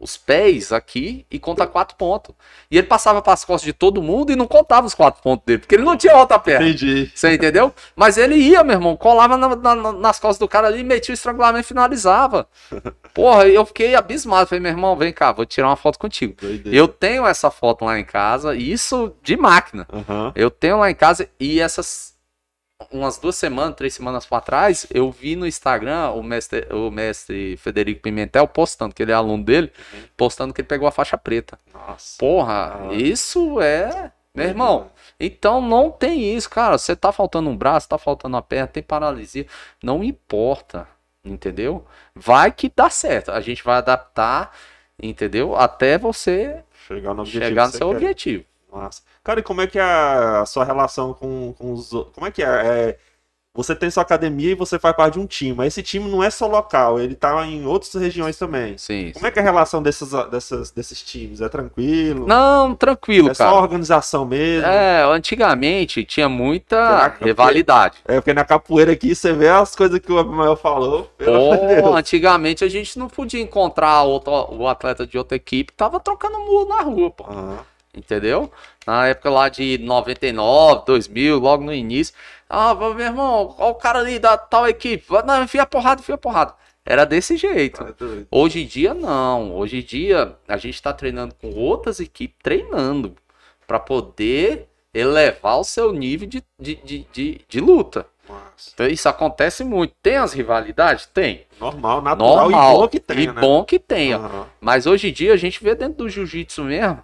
os pés aqui e conta quatro pontos. E ele passava para as costas de todo mundo e não contava os quatro pontos dele, porque ele não tinha outra perna. Entendi. Você entendeu? Mas ele ia, meu irmão, colava na, na, nas costas do cara ali, metia o estrangulamento e finalizava. Porra, eu fiquei abismado. Falei, meu irmão, vem cá, vou tirar uma foto contigo. Doideira. Eu tenho essa foto lá em casa, isso de máquina. Uhum. Eu tenho lá em casa e essas... umas duas semanas, três semanas para trás, eu vi no Instagram o mestre, o mestre Federico Pimentel postando, que ele é aluno dele, uhum. postando que ele pegou a faixa preta. Nossa. Porra, ah. isso é... Meu irmão, então não tem isso, cara. Você tá faltando um braço, tá faltando uma perna, tem paralisia. Não importa, entendeu? Vai que dá certo. A gente vai adaptar, entendeu? Até você chegar no, chegar no seu quer. objetivo. Nossa. Cara, e como é que é a sua relação com, com os outros? Como é que é? é? Você tem sua academia e você faz parte de um time, mas esse time não é só local, ele tá em outras regiões também. Sim. Como sim. é que é a relação desses, dessas, desses times? É tranquilo? Não, tranquilo, é cara. É só organização mesmo? É, antigamente tinha muita porque, rivalidade. É, porque na capoeira aqui você vê as coisas que o Abimael falou. Pô, antigamente a gente não podia encontrar outro, o atleta de outra equipe que tava trocando muro na rua, pô. Uhum. Entendeu? Na época lá de noventa e nove, dois mil, logo no início. Ah, meu irmão, olha o cara ali da tal equipe. Não, enfia porrada, enfia porrada. Era desse jeito. Hoje em dia, não. Hoje em dia, a gente tá treinando com outras equipes, treinando para poder elevar o seu nível de, de, de, de, de luta. Então, isso acontece muito. Tem as rivalidades? Tem. Normal, natural. Normal. E bom que tenha, E né? bom que tenha. Uhum. Mas hoje em dia, a gente vê dentro do jiu-jitsu mesmo,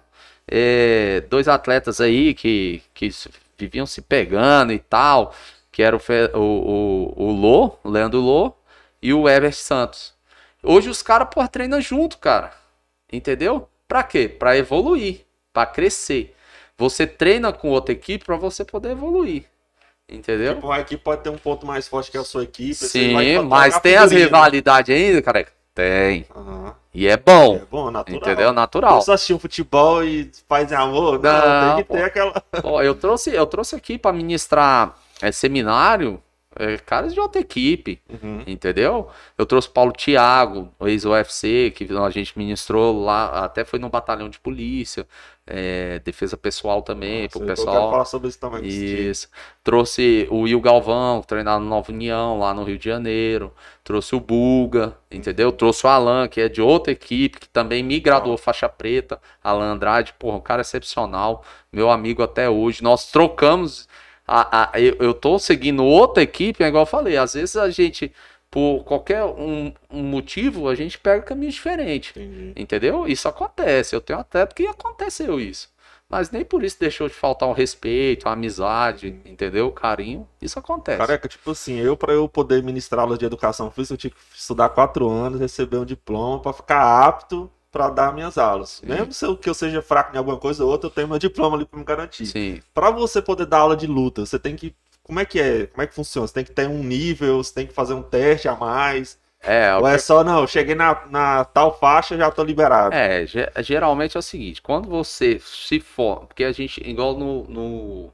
É, dois atletas aí que, que viviam se pegando e tal, que era o, o, o, o Lô, o Leandro Lô e o Herbert Santos. Hoje os caras, porra, treinam junto, cara. Entendeu? Pra quê? Pra evoluir, pra crescer. Você treina com outra equipe pra você poder evoluir. Entendeu? Tipo, a equipe pode ter um ponto mais forte que a sua equipe. Sim, mas tem as rivalidades ainda, cara? Tem. Uhum. E é bom. É bom, natural. Entendeu? Natural. Não só assistir um futebol e faz amor. Não, não tem que pô. ter aquela... Pô, eu trouxe, eu trouxe aqui para ministrar é, seminário é, caras de outra equipe. Uhum. Entendeu? Eu trouxe o Paulo Thiago, ex-U F C, que a gente ministrou lá, até foi no batalhão de polícia. É, defesa pessoal também, Nossa, pro pessoal. Eu quero falar sobre isso também. Isso. Trouxe o Will Galvão, treinado no Nova União, lá no Rio de Janeiro. Trouxe o Bulga, entendeu? Trouxe o Alan, que é de outra equipe, que também me graduou faixa preta. Alan Andrade, porra, um cara excepcional. Meu amigo até hoje. Nós trocamos. A, a, eu, eu tô seguindo outra equipe, é igual eu falei. Às vezes a gente, por qualquer um, um motivo, a gente pega caminho diferente. Entendi. Entendeu? Isso acontece. Eu tenho um atleta que aconteceu isso. Mas nem por isso deixou de faltar um respeito, uma amizade, entendeu? Carinho. Isso acontece. Careca, tipo assim, eu pra eu poder ministrar aulas de educação física, eu tinha que estudar quatro anos, receber um diploma pra ficar apto pra dar minhas aulas. Sim. Mesmo se eu, que eu seja fraco em alguma coisa ou outra, eu tenho meu diploma ali pra me garantir. Sim. Pra você poder dar aula de luta, você tem que... Como é que é? Como é que funciona? Você tem que ter um nível, você tem que fazer um teste a mais... É, Ou é só, não, cheguei na, na tal faixa, já tô liberado. É, geralmente é o seguinte, quando você se for, porque a gente, igual no, no,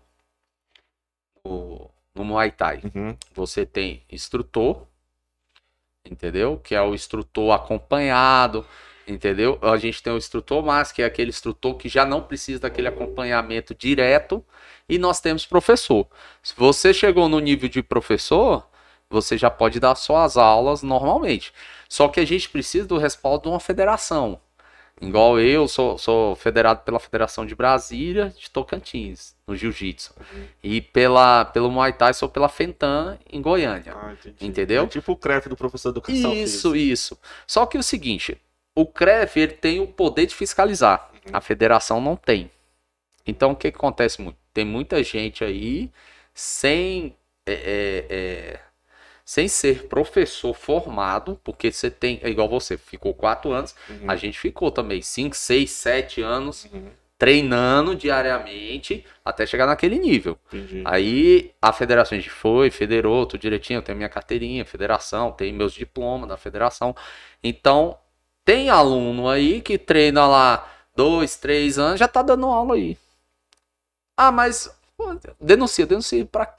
no, no Muay Thai, uhum. você tem instrutor, entendeu? Que é o instrutor acompanhado, entendeu? A gente tem o instrutor mais, que é aquele instrutor que já não precisa daquele acompanhamento direto, e nós temos professor. Se você chegou no nível de professor... você já pode dar suas aulas normalmente. Só que a gente precisa do respaldo de uma federação. Igual eu, sou, sou federado pela Federação de Brasília, de Tocantins, no Jiu-Jitsu. Uhum. E pela, pelo Muay Thai, sou pela Fentan, em Goiânia. Ah, entendeu? É tipo o C R E F do professor de educação física. Isso, isso. Só que é o seguinte, o C R E F ele tem o poder de fiscalizar. Uhum. A federação não tem. Então, o que, que acontece muito? Tem muita gente aí sem... É, é, é, sem ser professor formado, porque você tem, é igual você, ficou quatro anos, uhum. a gente ficou também cinco, seis, sete anos uhum. treinando diariamente até chegar naquele nível. Entendi. Aí a federação, a gente foi, federou tudo direitinho, eu tenho minha carteirinha, federação, tenho meus diplomas da federação. Então, tem aluno aí que treina lá dois, três anos, já tá dando aula aí. Ah, mas pô, denuncia, denuncia pra quem?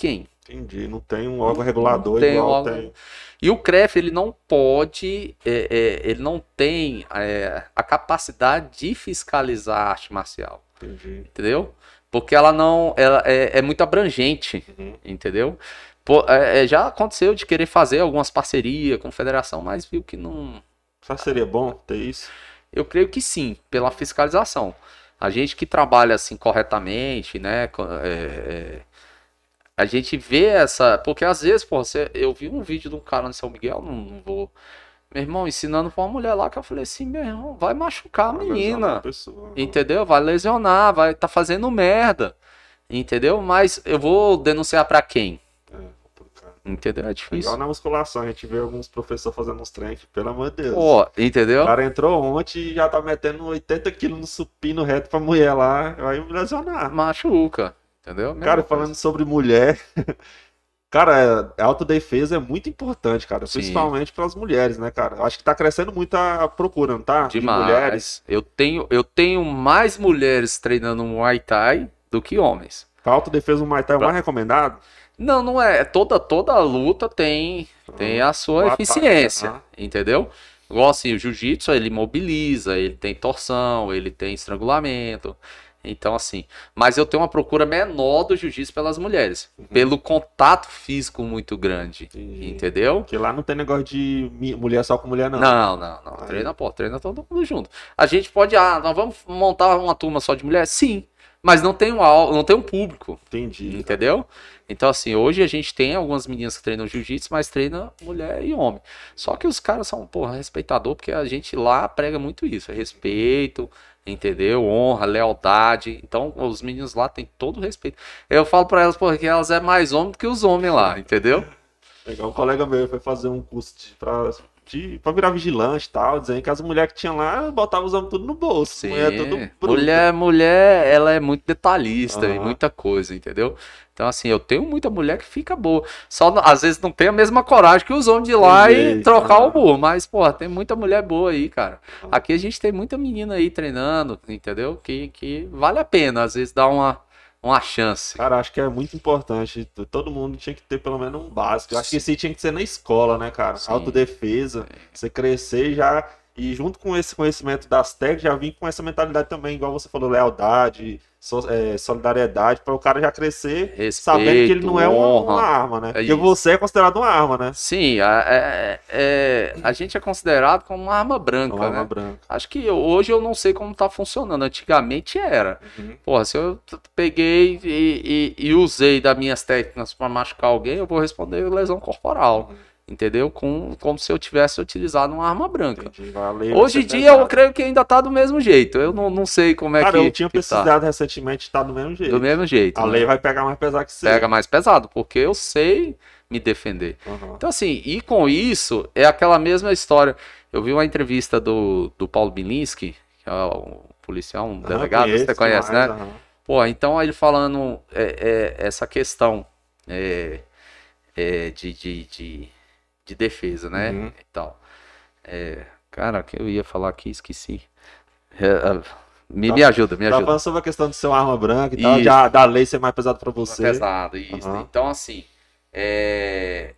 Entendi, não tem um órgão regulador não tem igual um órgão... tem. E o C R E F, ele não pode, é, é, ele não tem é, a capacidade de fiscalizar a arte marcial. Entendi. Entendeu? Porque ela não, ela é, é muito abrangente, uhum. entendeu? Pô, é, já aconteceu de querer fazer algumas parcerias com a federação, mas viu que não... Só seria bom ter isso? Eu creio que sim, pela fiscalização. A gente que trabalha assim corretamente, né? É, é, a gente vê essa... Porque às vezes, pô, você, eu vi um vídeo de um cara no São Miguel, não, não vou... Meu irmão, ensinando pra uma mulher lá, que eu falei assim, meu irmão, vai machucar a vai menina, a pessoa, entendeu? Vai lesionar, vai tá fazendo merda, entendeu? Mas eu vou denunciar pra quem? É, entendeu? É difícil. Igual na musculação, a gente vê alguns professores fazendo uns treinos, pelo amor de Deus. Pô, entendeu? O cara entrou ontem e já tá metendo oitenta quilos no supino reto pra mulher lá, vai me lesionar. Machuca, entendeu? Mesma cara, coisa. Falando sobre mulher... Cara, a autodefesa é muito importante, cara. Sim. Principalmente para as mulheres, né, cara? Acho que tá crescendo muito a procura, não tá? Demais. De mulheres. Eu tenho, eu tenho mais mulheres treinando Muay Thai do que homens. Pra autodefesa, o Muay Thai é o mais recomendado? Não, não é. Toda, toda luta tem, tem a sua eficiência, ataque, uhum. entendeu? Igual assim, o jiu-jitsu, ele mobiliza, ele tem torção, ele tem estrangulamento... Então, assim, mas eu tenho uma procura menor do jiu-jitsu pelas mulheres, uhum. pelo contato físico muito grande, Entendi. entendeu? Porque lá não tem negócio de mulher só com mulher, não. Não, não, não. Aí. Treina, pô, treina todo mundo junto. A gente pode, ah, nós vamos montar uma turma só de mulheres? Sim, mas não tem um, não tem um público. Entendi. Entendeu? Então, assim, hoje a gente tem algumas meninas que treinam jiu-jitsu, mas treinam mulher e homem. Só que os caras são, porra, respeitador, porque a gente lá prega muito isso, é respeito, entendeu? Honra, lealdade. Então, os meninos lá têm todo o respeito. Eu falo pra elas, porra, que elas é mais homem do que os homens lá, entendeu? Legal, um colega meu foi fazer um curso de, pra, de, pra virar vigilante e tal, dizendo que as mulheres que tinham lá botavam os homens tudo no bolso. Sim. Mulher, tudo mulher, mulher, ela é muito detalhista uhum. e muita coisa, entendeu? Então, assim, eu tenho muita mulher que fica boa. Só, às vezes, não tem a mesma coragem que os homens de lá e trocar o burro. Mas, porra, tem muita mulher boa aí, cara. Aqui a gente tem muita menina aí treinando, entendeu? Que, que vale a pena, às vezes, dar uma, uma chance. Cara, acho que é muito importante. Todo mundo tinha que ter pelo menos um básico. Eu acho que isso aí tinha que ser na escola, né, cara? Sim. Autodefesa. Sim. Você crescer já... E junto com esse conhecimento das técnicas, já vim com essa mentalidade também, igual você falou, lealdade, so, é, solidariedade, para o cara já crescer Respeito, sabendo que ele não é uma, uma arma, né? É Porque você é considerado uma arma, né? Sim, a, é, é, a gente é considerado como uma arma branca, uma né? Arma branca. Acho que hoje eu não sei como tá funcionando, antigamente era. Uhum. Porra, se eu peguei e, e, e usei das minhas técnicas para machucar alguém, eu vou responder lesão corporal. Uhum. Entendeu? Com, como se eu tivesse utilizado uma arma branca. Valeu, hoje em dia pesado. Eu creio que ainda tá do mesmo jeito. Eu não, não sei como é Cara, que. Cara, eu tinha que pesquisado tá. recentemente, tá do mesmo jeito. Do mesmo jeito. A né? lei vai pegar mais pesado que você. Pega mais pesado, porque eu sei me defender. Uhum. Então, assim, e com isso, é aquela mesma história. Eu vi uma entrevista do, do Paulo Bilinski, que é um policial, um uhum, delegado, conheço, você conhece, mais, né? Uhum. Pô, então ele falando é, é, essa questão é, é, de. de, de de defesa, né, uhum. e tal. É, cara, que eu ia falar aqui, esqueci. É, me, tá, me ajuda, me ajuda. Tá falando sobre a questão do seu arma branca e tal, já, da lei ser mais pesado pra você. Mais pesado, isso. Uhum. Então, assim, é...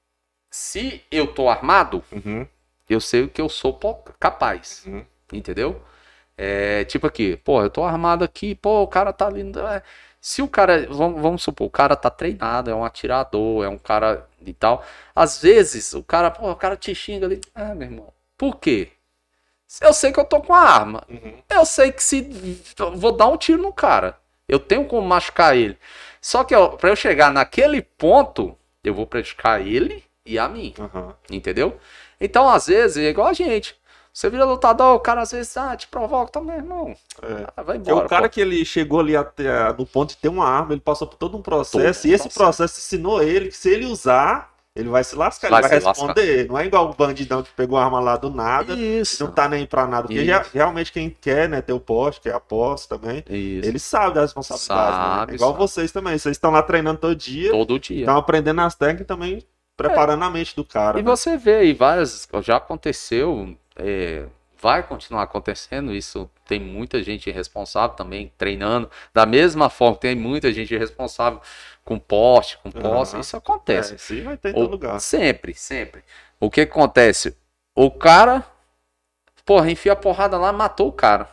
se eu tô armado, uhum. eu sei o que eu sou capaz, uhum. entendeu? É, tipo aqui, pô, eu tô armado aqui, pô, o cara tá ali... Se o cara, vamos, vamos supor, o cara tá treinado, é um atirador, é um cara e tal. Às vezes, o cara, pô, o cara te xinga ali. Ah, meu irmão, por quê? Eu sei que eu tô com a arma. Uhum. Eu sei que se vou dar um tiro no cara, eu tenho como machucar ele. Só que eu, pra eu chegar naquele ponto, eu vou prejudicar ele e a mim. Uhum. Entendeu? Então, às vezes, é igual a gente. Você vira lutador, o cara às vezes ah, te provoca, então, meu irmão, é. ah, vai embora. Porque o cara pô. que ele chegou ali até no ponto de ter uma arma, ele passou por todo um processo, todo e esse processo. processo ensinou ele que se ele usar, ele vai se lascar, vai ele vai responder. Lascar. Não é igual o bandidão que pegou a arma lá do nada, Isso. não tá nem pra nada. Porque já, realmente quem quer, né, ter o poste, quer a posse também, Isso. ele sabe das responsabilidades. Sabe, né? É igual sabe. vocês também, vocês estão lá treinando todo dia. Todo dia. Estão aprendendo as técnicas também, preparando é. a mente do cara. E né? você vê aí várias, já aconteceu... É, vai continuar acontecendo, isso tem muita gente irresponsável também treinando, da mesma forma que tem muita gente irresponsável com porte, com posse, uhum. Isso acontece. É, sim, vai ter em todo lugar. Sempre, sempre. O que acontece? O cara, porra, enfia a porrada lá, matou o cara.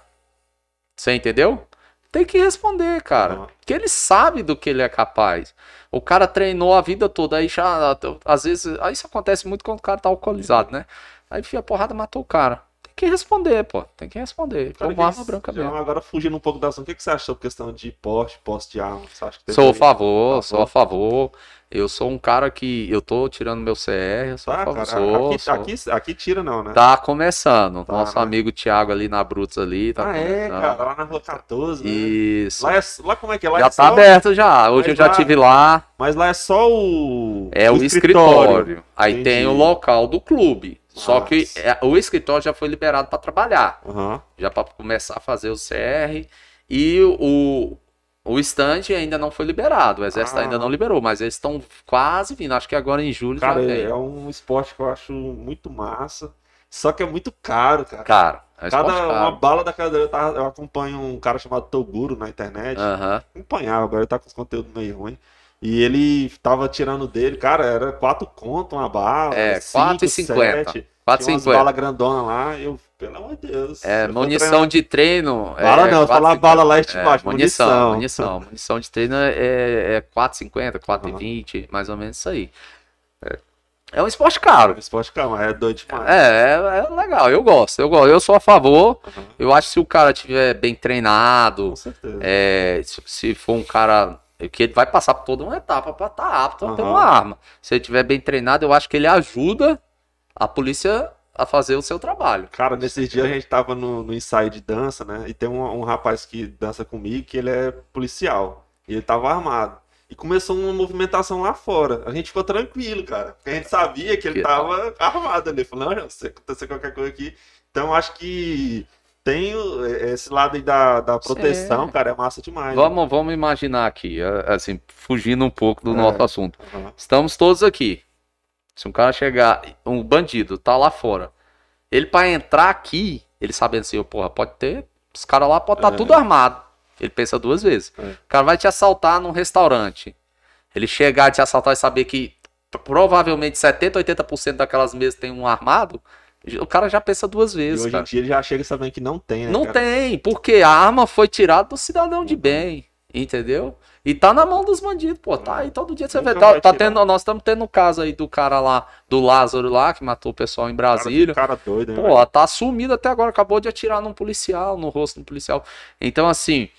Você entendeu? Tem que responder, cara. Uhum. Porque ele sabe do que ele é capaz. O cara treinou a vida toda, aí já, às vezes, aí isso acontece muito quando o cara tá alcoolizado, né? Aí enfia a porrada, matou o cara. Tem que responder, pô. Tem que responder. Cara, uma arma branca mesmo. Agora, fugindo um pouco da ação, o que, que você acha sobre questão de porte, posse de arma? Você acha que sou a favor, favor, sou a favor. Eu sou um cara que, eu tô tirando meu C R, eu sou tá, a favor. Cara, sou, aqui, sou... Aqui, aqui tira não, né? Tá começando. Tá, Nosso né? amigo Thiago ali na Brutus ali, tá ah, começando. é, cara, lá na Rua quatorze, né? Isso. Lá, é, lá como é que é? Lá já é tá só... aberto já, hoje mas eu já lá... tive lá. Mas lá é só o... É o, o escritório. escritório. Aí Entendi. tem o local do clube. Nossa. Só que é, o escritório já foi liberado para trabalhar. Uhum. Já para começar a fazer o C R. E o, o stand ainda não foi liberado. O Exército ah. ainda não liberou, mas eles estão quase vindo. Acho que agora em julho cara, já vem. É um esporte que eu acho muito massa. Só que é muito caro, cara. Caro. É Cada caro. uma bala da cada eu, tava, eu acompanho um cara chamado Toguro na internet. Uhum. Acompanhava, agora ele tá com os conteúdos meio ruim. E ele tava tirando dele, cara, era quatro conto uma bala. É, quatro e cinquenta. quatro e cinquenta. bala grandona lá, eu, pelo amor de Deus. É, munição de treino. Bala é, não, falar bala lá de baixo, é, munição. Munição, munição. Munição de treino é, é quatro e cinquenta, quatro e vinte, uhum. mais ou menos isso aí. É. É um esporte caro. É um esporte caro, mas é doido demais. É, é, é legal, eu gosto, eu gosto. Eu sou a favor. Uhum. Eu acho que se o cara tiver bem treinado, com certeza. É, se, se for um cara que ele vai passar por toda uma etapa para estar tá apto uhum. a ter uma arma. Se ele tiver bem treinado, eu acho que ele ajuda a polícia a fazer o seu trabalho. Cara, nesses dias a gente tava no, no ensaio de dança, né? E tem um, um rapaz que dança comigo que ele é policial. E ele tava armado. E começou uma movimentação lá fora. A gente ficou tranquilo, cara. Porque a gente sabia que ele que tava tá. armado ali. Falou, não, se acontecer qualquer coisa aqui. Então acho que tem esse lado aí da, da proteção, Sim. cara, é massa demais. Vamos, né? vamos imaginar aqui, assim, fugindo um pouco do é. nosso assunto. Uhum. Estamos todos aqui. Se um cara chegar, um bandido tá lá fora, ele para entrar aqui, ele sabendo assim, porra, pode ter, os caras lá podem estar tá é. tudo armado. Ele pensa duas vezes. É. O cara vai te assaltar num restaurante. Ele chegar e te assaltar e saber que provavelmente setenta, oitenta por cento daquelas mesas tem um armado, o cara já pensa duas vezes. E hoje cara. em dia ele já chega sabendo que não tem, né? Não cara? tem, porque a arma foi tirada do cidadão de bem, entendeu? E tá na mão dos bandidos, pô, tá aí todo dia você Nunca vê. Tá, tá tendo, nós estamos tendo o caso aí do cara lá, do Lázaro lá, que matou o pessoal em Brasília. Cara, cara doido, hein, pô, velho? Tá sumido até agora, acabou de atirar num policial, no rosto do policial. Então, assim,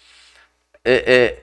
é, é,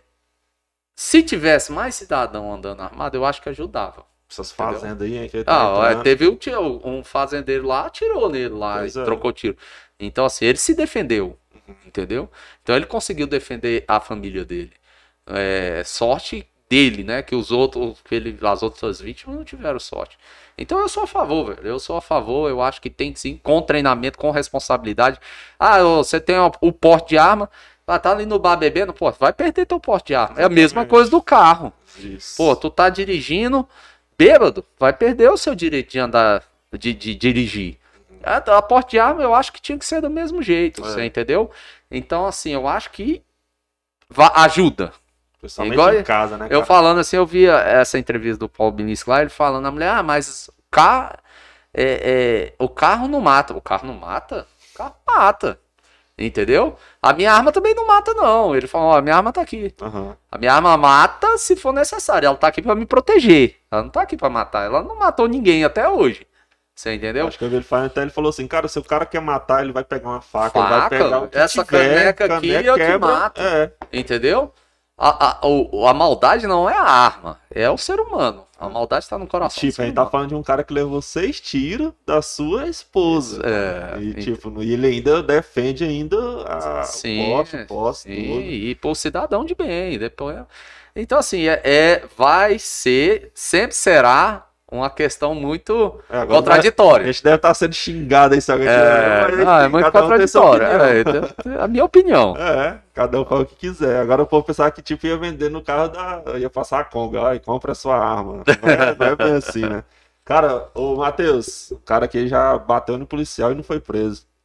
se tivesse mais cidadão andando armado, eu acho que ajudava. Essas fazendas aí, hein? Que tá ah, é, teve um, um fazendeiro lá, atirou nele lá pois e é. trocou tiro. Então, assim, ele se defendeu, uhum. entendeu? Então, ele conseguiu defender a família dele. É, sorte dele, né? Que os outros, que ele, as outras vítimas não tiveram sorte. Então, eu sou a favor, velho. Eu sou a favor, eu acho que tem que sim, com treinamento, com responsabilidade. Ah, você tem o, o porte de arma, ah, tá ali no bar bebendo, pô, vai perder teu porte de arma. É a mesma coisa do carro. Isso. Pô, tu tá dirigindo bêbado, vai perder o seu direito de andar, de, de dirigir. A, a porte de arma eu acho que tinha que ser do mesmo jeito, é. você entendeu? Então, assim, eu acho que va- ajuda. Principalmente Igual, em casa, né, eu cara? falando assim, eu via essa entrevista do Paulo Binisco lá, ele falando, a mulher, ah, mas o carro, é, é, o carro não mata. O carro não mata? O carro mata. Entendeu? A minha arma também não mata, não. Ele falou, ó, a minha arma tá aqui. Uhum. A minha arma mata se for necessário. Ela tá aqui pra me proteger. Ela não tá aqui pra matar. Ela não matou ninguém até hoje. Você entendeu? Acho que ele falou, até ele falou assim, cara, se o cara quer matar, ele vai pegar uma faca, faca ele vai pegar o que essa tiver, caneca aqui é o que mata. É. Entendeu? A, a, a, a maldade não é a arma, é o ser humano. A maldade está no coração. Tipo, a gente tá falando de um cara que levou seis tiros da sua esposa. É, e, tipo, ent... e ele ainda defende ainda a sim, posse, posse, sim, tudo. E por cidadão de bem. Depois... Então, assim, é, é, vai ser, sempre será uma questão muito é, contraditória. A gente deve estar sendo xingado aí, se alguém é, quiser. Não, é muito contraditória. É, a minha opinião. É, cada um fala o que quiser. Agora o povo pensava que tipo ia vender no carro da. Ia passar a Kombi, ó, e compra a sua arma. Não é, não é bem assim, né? Cara, ô Matheus, o cara aqui já bateu no policial e não foi preso.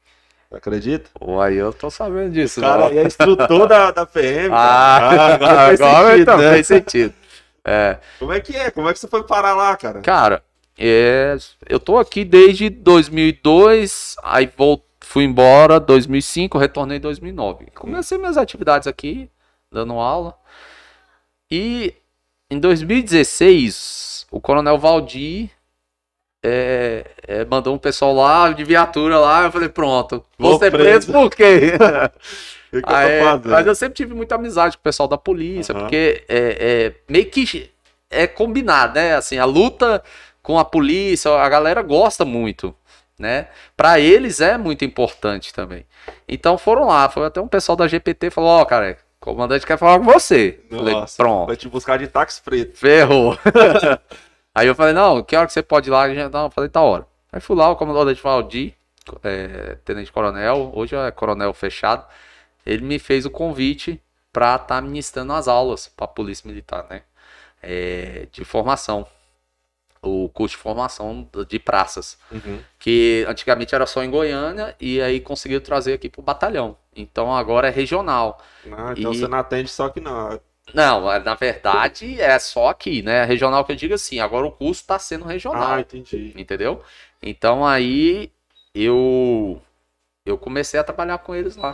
Acredita? Uai, eu tô sabendo disso. O cara aí é instrutor da, da P M. Ah, ah, agora, agora sentido, então, né? fez sentido. É. Como é que é? Como é que você foi parar lá, cara? Cara, é, eu tô aqui desde dois mil e dois, aí vou, fui embora em dois mil e cinco, retornei em dois mil e nove. Comecei minhas atividades aqui, dando aula. E em dois mil e dezesseis, o Coronel Valdir é, é, mandou um pessoal lá, de viatura lá, eu falei, pronto, vou ser preso por quê? Que que Aí, eu tô fazendo? mas eu sempre tive muita amizade com o pessoal da polícia, Uhum. porque é, é meio que é combinado, né? Assim, a luta com a polícia, a galera gosta muito, né? Pra eles é muito importante também. Então foram lá, foi até um pessoal da G P T falou, ó, oh, cara, o comandante quer falar com você. Nossa, falei, pronto. vai te buscar de táxi preto. Ferrou. Aí eu falei, não, que hora que você pode ir lá? Não, eu falei, tá hora. Aí fui lá, o comandante Valdir, é, tenente coronel, hoje é coronel fechado, ele me fez o convite para estar tá ministrando as aulas para a Polícia Militar, né? É, de formação. O curso de formação de praças. Uhum. Que antigamente era só em Goiânia e aí conseguiu trazer aqui pro batalhão. Então agora é regional. Ah, então e... você não atende só que não. Não, na verdade é só aqui, né? Regional que eu digo assim, agora o curso está sendo regional. Ah, entendi. Entendeu? Então aí eu, eu comecei a trabalhar com eles lá.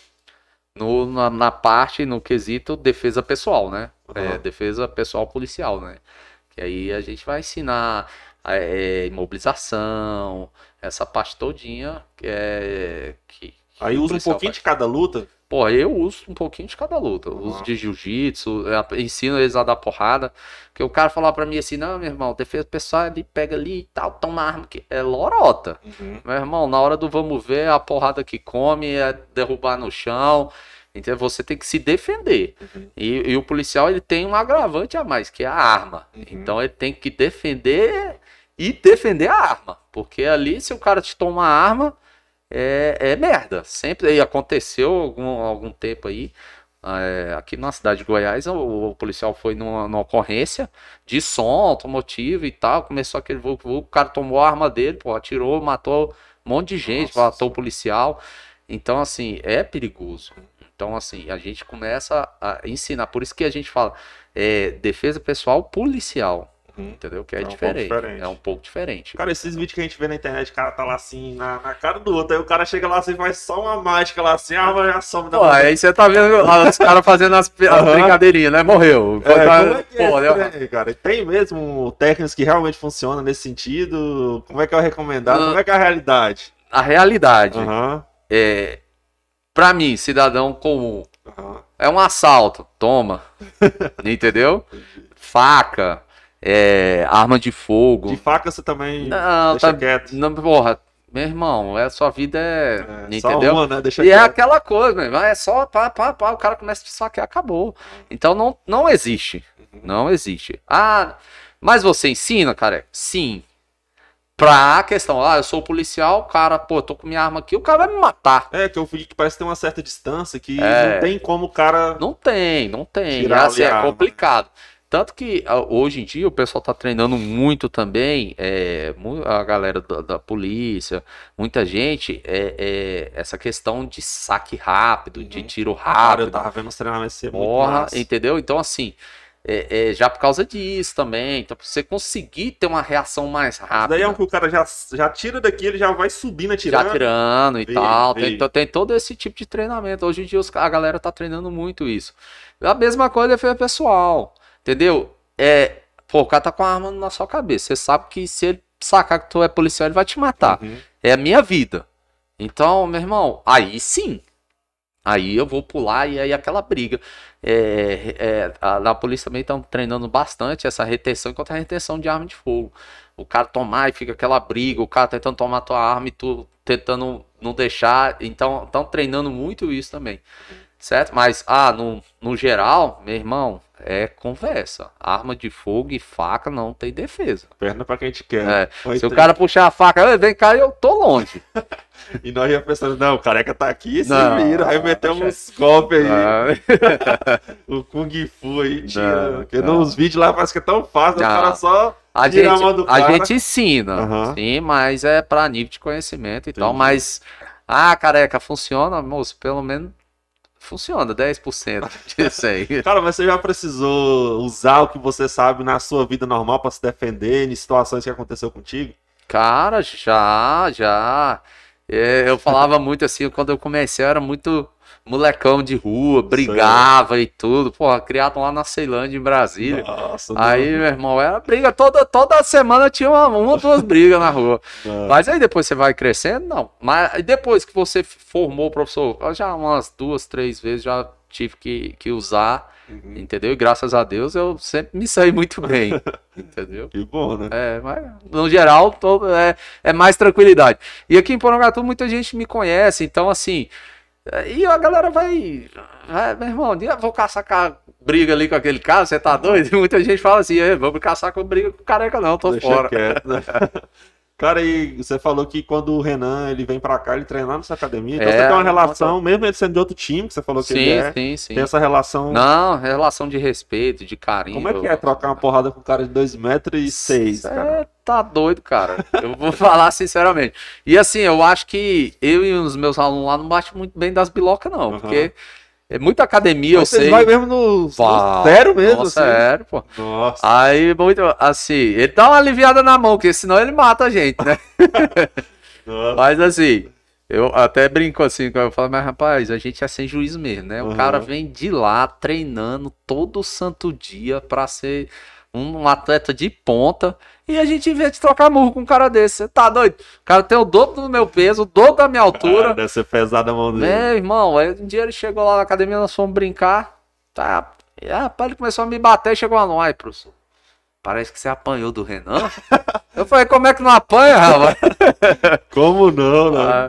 No, na, na parte, no quesito defesa pessoal, né? Uhum. É, defesa pessoal policial, né? Que aí a gente vai ensinar é, imobilização, essa parte todinha que é... Que, que aí usa um pouquinho faz. de cada luta? Pô, eu uso um pouquinho de cada luta. Eu uso de jiu-jitsu, ensino eles a dar porrada. Porque o cara falar pra mim assim, não, meu irmão, defesa pessoal, ele pega ali e tal, toma arma que é lorota. Uhum. Meu irmão, na hora do vamos ver, a porrada que come é derrubar no chão. Então você tem que se defender. Uhum. E, e o policial, ele tem um agravante a mais, que é a arma. Uhum. Então ele tem que defender e defender a arma. Porque ali, se o cara te toma a arma, é, é merda. Sempre aí aconteceu algum, algum tempo aí. É, aqui na cidade de Goiás, o, o policial foi numa, numa ocorrência de som automotivo e tal. Começou aquele vulco, vulco, o cara tomou a arma dele, pô, atirou, matou um monte de gente, Nossa. matou o policial. Então, assim, é perigoso. Então, assim, a gente começa a ensinar. Por isso que a gente fala é, defesa pessoal policial. Uhum. Entendeu? Que é, é diferente. Um diferente. É um pouco diferente. Cara, esses vídeos que a gente vê na internet, o cara tá lá assim, na, na cara do outro. Aí o cara chega lá assim, faz só uma mágica lá assim, a arma já some da Pô, aí você tá vendo os caras fazendo as, as uhum. brincadeirinhas, né? Morreu. É, tá... como é que é, Pô, né? Cara? Tem mesmo técnicas que realmente funcionam nesse sentido? Como é que é o recomendado? Uhum. Como é que é a realidade? A realidade uhum. é... Pra mim, cidadão comum, uhum. é um assalto, toma, entendeu? Faca, é, arma de fogo. De faca você também não, deixa tá, quieto. Não, porra, meu irmão, é, sua vida é, é entendeu? Só uma, né? Deixa e quieto. é aquela coisa, meu irmão, é só pá, pá, pá, o cara começa a te saquear, acabou. Então não, não existe, uhum. não existe. Ah, mas você ensina, cara? Sim. Pra questão, ah, eu sou policial, cara, pô, tô com minha arma aqui, o cara vai me matar. É, que eu vi que parece ter uma certa distância, que é, não tem como o cara... Não tem, não tem, é, assim, é complicado. Tanto que hoje em dia o pessoal tá treinando muito também, é, a galera da, da polícia, muita gente, é, é essa questão de saque rápido, uhum. de tiro rápido. Cara, eu tava vendo os treinamentos ser muito Porra, massa. Entendeu? Então assim... É, é, já por causa disso também. Então, pra você conseguir ter uma reação mais rápida. Daí é um que o cara já, já tira daqui, ele já vai subindo, atirando. Já tirando e veio, tal. veio. Tem, tem todo esse tipo de treinamento. Hoje em dia os, a galera tá treinando muito isso. A mesma coisa é pessoal. Entendeu? É, pô, o cara tá com a arma na sua cabeça. Você sabe que se ele sacar que tu é policial, ele vai te matar. Uhum. É a minha vida. Então, meu irmão, aí sim. Aí eu vou pular e aí aquela briga. É, é, a, na polícia também estão treinando bastante essa retenção contra a retenção de arma de fogo. O cara tomar e fica aquela briga, o cara tentando tomar tua arma e tu tentando não deixar. Então estão treinando muito isso também. Certo? Mas, ah, no, no geral, meu irmão, é conversa. Arma de fogo e faca não tem defesa. Perna pra quem te quer. É. Se ter. o cara puxar a faca, vem cá, eu tô longe. E nós já pensando, não, o careca tá aqui, se vira, aí metemos uns golpes aí. O Kung Fu aí, tira. Não, porque não. nos vídeos lá parece que é tão fácil, não. o cara só a tira gente, a mão do a cara. gente ensina, uhum. sim, mas é pra nível de conhecimento e Entendi. tal, mas Ah, careca, funciona, moço? Pelo menos funciona, dez por cento disso aí. Cara, mas você já precisou usar o que você sabe na sua vida normal pra se defender em situações que aconteceu contigo? Cara, já, já. É, eu falava muito assim, quando eu comecei, eu era muito molecão de rua, brigava Sei. e tudo. Porra, criado lá na Ceilândia, em Brasília. Nossa, aí, não. meu irmão, era briga toda, toda semana tinha uma, uma ou duas brigas na rua. Não. Mas aí depois você vai crescendo, não. Mas depois que você formou professor, eu já umas duas, três vezes já tive que, que usar. Uhum. Entendeu? E graças a Deus eu sempre me saí muito bem. Entendeu? Que bom, né? É, mas no geral todo, é, é mais tranquilidade. E aqui em Porangatu muita gente me conhece, então assim. E a galera vai. vai meu irmão, eu vou caçar com briga ali com aquele cara, você tá doido? E muita gente fala assim: vamos caçar com briga com careca, não, tô Deixa fora. Quieto, né? Cara, e você falou que quando o Renan ele vem pra cá, ele treina lá nessa academia, então é, você tem uma relação, nossa... mesmo ele sendo de outro time, que você falou que sim, ele é, sim, sim. tem essa relação... Não, relação de respeito, de carinho. Como é que é trocar uma porrada com um cara de dois metros e seis, cara? É, tá doido, cara. Eu vou falar sinceramente. E assim, eu acho que eu e os meus alunos lá não batem muito bem das bilocas, não, uhum. porque... É muita academia, Mas eu sei. Você vai mesmo no, Uau, no sério mesmo? Nossa, assim? sério, pô. Nossa. Aí, muito, assim, ele dá uma aliviada na mão, porque senão ele mata a gente, né? Nossa. Mas assim, eu até brinco assim, eu falo, mas rapaz, a gente é sem juízo mesmo, né? O uhum. cara vem de lá treinando todo santo dia pra ser um atleta de ponta. E a gente vê de trocar murro com um cara desse. Você tá doido? O cara tem o dobro do meu peso, o dobro da minha altura. Ah, deve ser pesado a mão dele. Meu irmão, aí um dia ele chegou lá na academia, nós fomos brincar. Tá. E, rapaz, ele começou a me bater e chegou lá, ai, professor, parece que você apanhou do Renan. Eu falei, como é que não apanha, rapaz? Como não, né?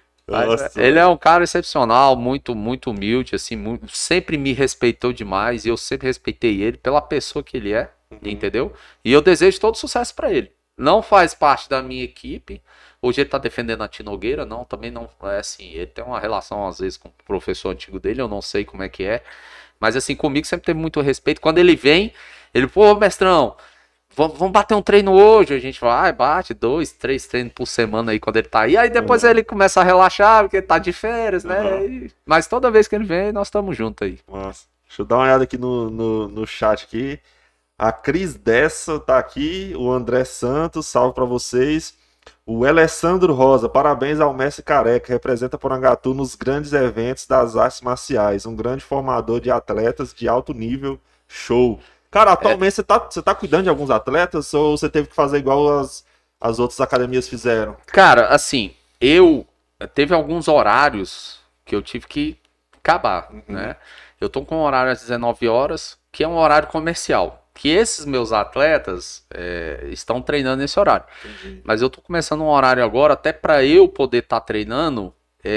Ah, ele é um cara excepcional, muito, muito humilde, assim, muito, sempre me respeitou demais. E eu sempre respeitei ele pela pessoa que ele é. Uhum. Entendeu? E eu desejo todo sucesso pra ele. Não faz parte da minha equipe. Hoje ele tá defendendo a Tinogueira, não, também não é assim. Ele tem uma relação às vezes com o professor antigo dele, eu não sei como é que é. Mas assim, comigo sempre teve muito respeito. Quando ele vem, ele, pô, mestrão, vamos bater um treino hoje. A gente vai, bate dois, três treinos por semana aí quando ele tá aí. Aí depois uhum. ele começa a relaxar, porque ele tá de férias, né? Uhum. E... Mas toda vez que ele vem, nós estamos juntos aí. Nossa. Deixa eu dar uma olhada aqui no, no, no chat aqui. A Cris Dessa tá aqui, o André Santos, salve para vocês. O Alessandro Rosa, parabéns ao Mestre Careca, representa Porangatu nos grandes eventos das artes marciais, um grande formador de atletas de alto nível, show. Cara, atualmente é. você, tá, você tá cuidando de alguns atletas ou você teve que fazer igual as, as outras academias fizeram? Cara, assim, eu... Teve alguns horários que eu tive que acabar, uhum. né? Eu tô com um horário às dezenove horas, que é um horário comercial. Que esses meus atletas é, estão treinando nesse horário. Entendi. Mas eu tô começando um horário agora, até para eu poder estar tá treinando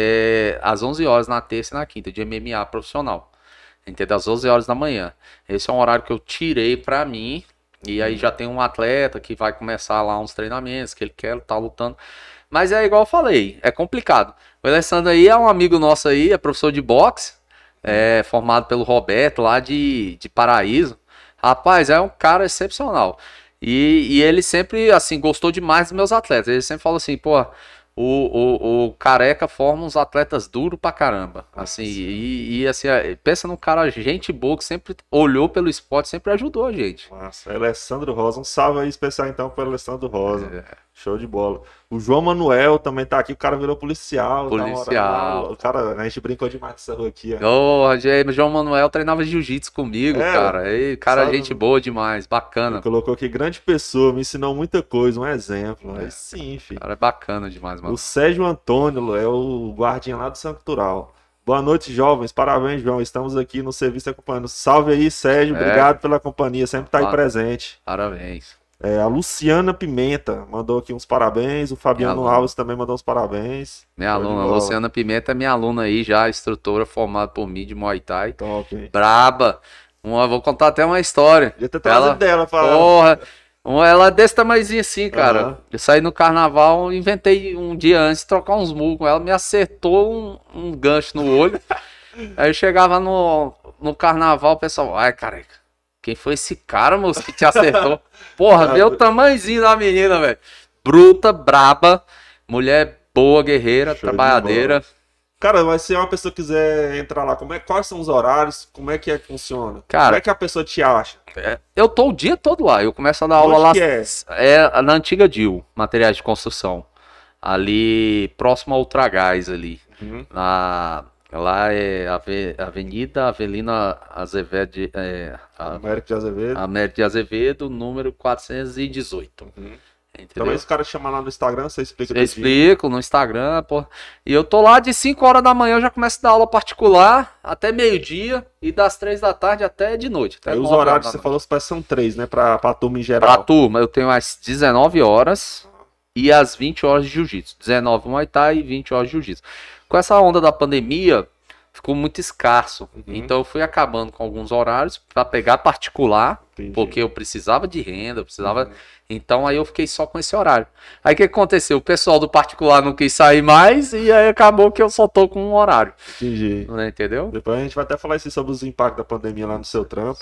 é, às onze horas na terça e na quinta, de M M A profissional. Entendeu? Às onze horas da manhã. Esse é um horário que eu tirei para mim. E aí já tem um atleta que vai começar lá uns treinamentos, que ele quer estar tá lutando. Mas é igual eu falei, é complicado. O Alessandro aí é um amigo nosso aí, é professor de boxe, é formado pelo Roberto lá de, de Paraíso. Rapaz, é um cara excepcional. E, e ele sempre, assim, gostou demais dos meus atletas. Ele sempre falou assim, pô, o, o, o Careca forma uns atletas duros pra caramba. Assim, e, e assim, pensa num cara, gente boa, que sempre olhou pelo esporte, sempre ajudou a gente. Nossa, Alessandro Rosa, um salve aí especial então pro Alessandro Rosa. É. Show de bola. O João Manuel também tá aqui, o cara virou policial. Policial. Tá o cara, a gente brincou demais nessa rua aqui. Ô, oh, João Manuel treinava jiu-jitsu comigo, é, cara. Ei, cara, sabe, gente boa demais, bacana. Ele colocou aqui, grande pessoa, me ensinou muita coisa, um exemplo. É. Aí sim, filho. Cara, é bacana demais, mano. O Sérgio Antônio é o guardinha lá do Santural. Boa noite, jovens. Parabéns, João. Estamos aqui no serviço acompanhando. Salve aí, Sérgio. É. Obrigado pela companhia. Sempre tá aí presente. Parabéns. É, a Luciana Pimenta mandou aqui uns parabéns. O Fabiano Alves também mandou uns parabéns. Minha aluna, a Luciana Pimenta é minha aluna aí, já instrutora formada por mim de Muay Thai. Top. Braba. Uma, vou contar até uma história. Podia ter trazido dela, falando. Porra. Uma, ela é desse tamanhozinho assim, cara. Uhum. Eu saí no carnaval, inventei um dia antes de trocar uns murros com ela. Me acertou um, um gancho no olho. Aí eu chegava no, no carnaval, o pessoal, ai, careca. Quem foi esse cara, moço, que te acertou? Porra, vê o tamanhozinho da menina, velho. Bruta, braba, mulher boa, guerreira, Show trabalhadeira. Cara, mas se uma pessoa quiser entrar lá, como é, quais são os horários? Como é que, é que funciona? Cara, como é que a pessoa te acha? É, eu tô o dia todo lá. Eu começo a dar aula Onde lá. Que é? é na antiga D I U, materiais de construção. Ali, próximo ao Ultragás ali. Uhum. Na, lá é Avenida Avelina Azevedo. É, Américo de Azevedo. Américo de Azevedo, número quatrocentos e dezoito. Uhum. Entendeu? Então esse cara chama lá no Instagram, você explica. Eu explico no Instagram, pô. E eu tô lá de cinco horas da manhã, eu já começo a dar aula particular até meio-dia e das três da tarde até de noite. Até Aí os horários que você falou, são três, né? Pra, pra turma em geral. Pra turma, eu tenho às dezenove horas e às vinte horas de jiu-jitsu. dezenove Muay Thai e vinte horas de jiu-jitsu. Com essa onda da pandemia, ficou muito escasso. Uhum. Então eu fui acabando com alguns horários para pegar particular, Entendi. Porque eu precisava de renda, eu precisava... Uhum. Então aí eu fiquei só com esse horário. Aí o que aconteceu? O pessoal do particular não quis sair mais e aí acabou que eu só tô com um horário. Entendi. Não entendeu? Depois a gente vai até falar assim sobre os impactos da pandemia lá no seu trampo.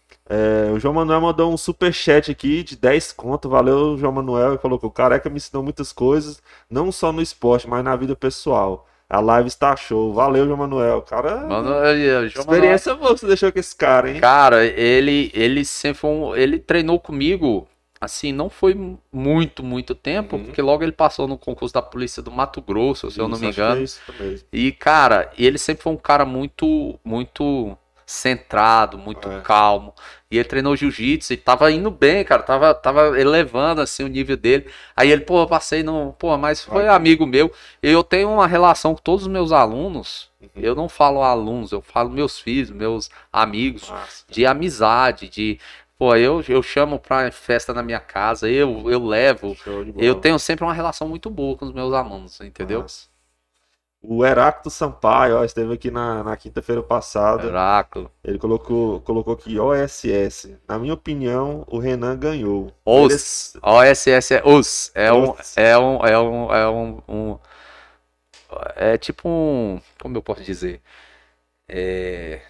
É, o João Manuel mandou um superchat aqui de dez conto. Valeu, João Manuel. Ele falou que o Careca me ensinou muitas coisas, não só no esporte, mas na vida pessoal. A live está show. Valeu, João Manuel. Cara, Mano, eu, João experiência Manuel... boa que você deixou com esse cara, hein? Cara, ele, ele sempre foi um... Ele treinou comigo, assim, não foi muito, muito tempo, uhum. porque logo ele passou no concurso da polícia do Mato Grosso, se isso, eu não me engano. É isso mesmo. E, cara, ele sempre foi um cara muito, muito centrado, muito é. calmo. E ele treinou jiu-jitsu e tava indo bem, cara. Tava, tava elevando, assim, o nível dele. Aí ele, pô, eu passei no... Pô, mas foi Vai, amigo meu. Eu tenho uma relação com todos os meus alunos. Uhum. Eu não falo alunos, eu falo meus filhos, meus amigos. Nossa. De amizade, de... Pô, eu, eu chamo pra festa na minha casa, eu, eu levo. Eu tenho sempre uma relação muito boa com os meus alunos, entendeu? Nossa. O Heráclito Sampaio, ó, esteve aqui na, na quinta-feira passada. Heráclito. Ele colocou, colocou aqui O S S. Na minha opinião, o Renan ganhou. Os. Ele... O S S é os. É um, é um, é um, é um, um, é tipo um, como eu posso dizer? É,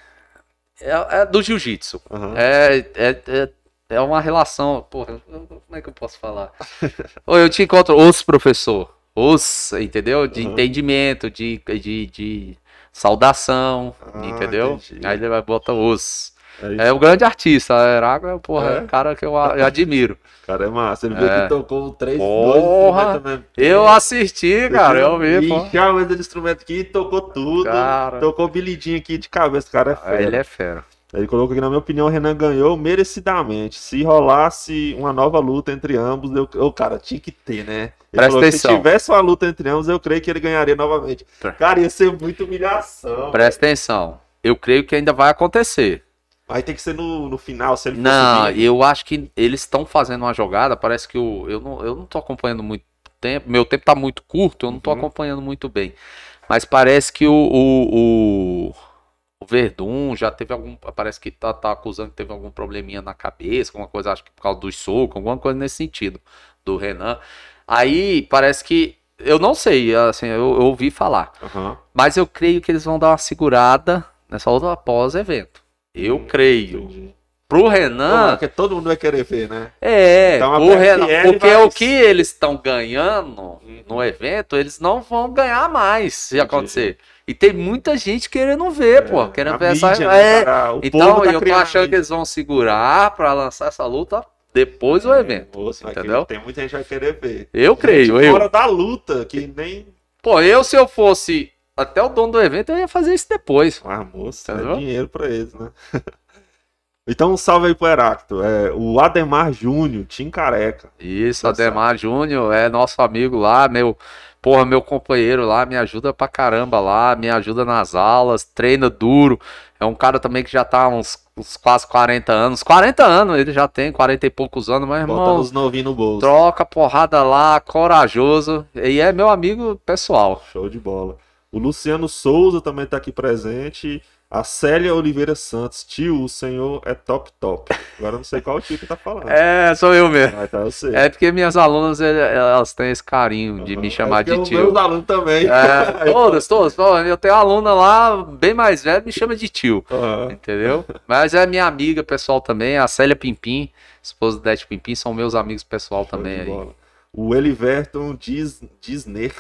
é, é do jiu-jitsu. Uhum. É, é, é, é uma relação, porra, como é que eu posso falar? Ou eu te encontro os professor. Os, entendeu? De uhum. entendimento, de, de, de saudação, ah, entendeu? Entendi. Aí ele vai botar os. É, é o grande artista, Heráclito, porra, é o cara que eu, eu admiro. Cara, é massa. Ele viu é. que tocou três, porra, dois eu assisti, cara, eu vi, pô. E a mesa de instrumento aqui, tocou tudo. Cara... Tocou bilidinho aqui de cabeça, o cara é fera. Ele é fera. Ele colocou aqui, na minha opinião, o Renan ganhou merecidamente. Se rolasse uma nova luta entre ambos, eu, eu cara, tinha que ter, né? Ele Presta falou, atenção. Se tivesse uma luta entre ambos, eu creio que ele ganharia novamente. Cara, ia ser muita humilhação. Presta velho. atenção. Eu creio que ainda vai acontecer. Aí tem que ser no, no final, se ele Não, conseguir. Eu acho que eles estão fazendo uma jogada, parece que o, eu, não, eu não tô acompanhando muito tempo, meu tempo tá muito curto, eu não tô uhum. acompanhando muito bem. Mas parece que o... o, o... O Verdun já teve algum... Parece que tá, tá acusando que teve algum probleminha na cabeça, alguma coisa, acho que por causa dos socos, alguma coisa nesse sentido, do Renan. Aí, parece que... Eu não sei, assim, eu, eu ouvi falar. Uhum. Mas eu creio que eles vão dar uma segurada nessa outra pós-evento. Eu hum, creio. Entendi. Pro Renan... Pô, porque todo mundo vai querer ver, né? É, então, o Renan, porque vai... o que eles estão ganhando uhum. no evento, eles não vão ganhar mais, se Entendi. acontecer. E tem muita gente querendo ver, é, pô. Querendo ver essa. Mídia, é. Né, então, tá eu tô achando que eles vão segurar pra lançar essa luta depois do é, evento. Moço, entendeu? Tem muita gente que vai querer ver. Eu tem creio. Eu. Fora da luta, que nem. Pô, eu se eu fosse até o dono do evento, eu ia fazer isso depois. Ah, moço, é dinheiro pra eles, né? Então, um salve aí pro Heráclito. É, o Ademar Júnior, Tim Careca. Isso, Você Ademar sabe. Júnior é nosso amigo lá, meu. Porra, meu companheiro lá, me ajuda pra caramba lá, me ajuda nas aulas, treina duro. É um cara também que já tá uns, uns quase quarenta anos. quarenta anos ele já tem, quarenta e poucos anos, mas, irmão... Bota os novinhos no bolso. Troca porrada lá, corajoso. E é meu amigo pessoal. Show de bola. O Luciano Souza também tá aqui presente. A Célia Oliveira Santos, tio, o senhor é top top. Agora eu não sei qual tio que tá falando. É, sou eu mesmo. Ah, tá, eu sei. É porque minhas alunas, elas têm esse carinho de uhum. me chamar é de tio. Meus alunos também. É, todas, todas. Eu tenho uma aluna lá, bem mais velha, me chama de tio. Uhum. Entendeu? Mas é minha amiga pessoal também, a Célia Pimpim, esposa do Dete Pimpim, são meus amigos pessoal Show também aí. Bola. O Eliverton Diz, Disner.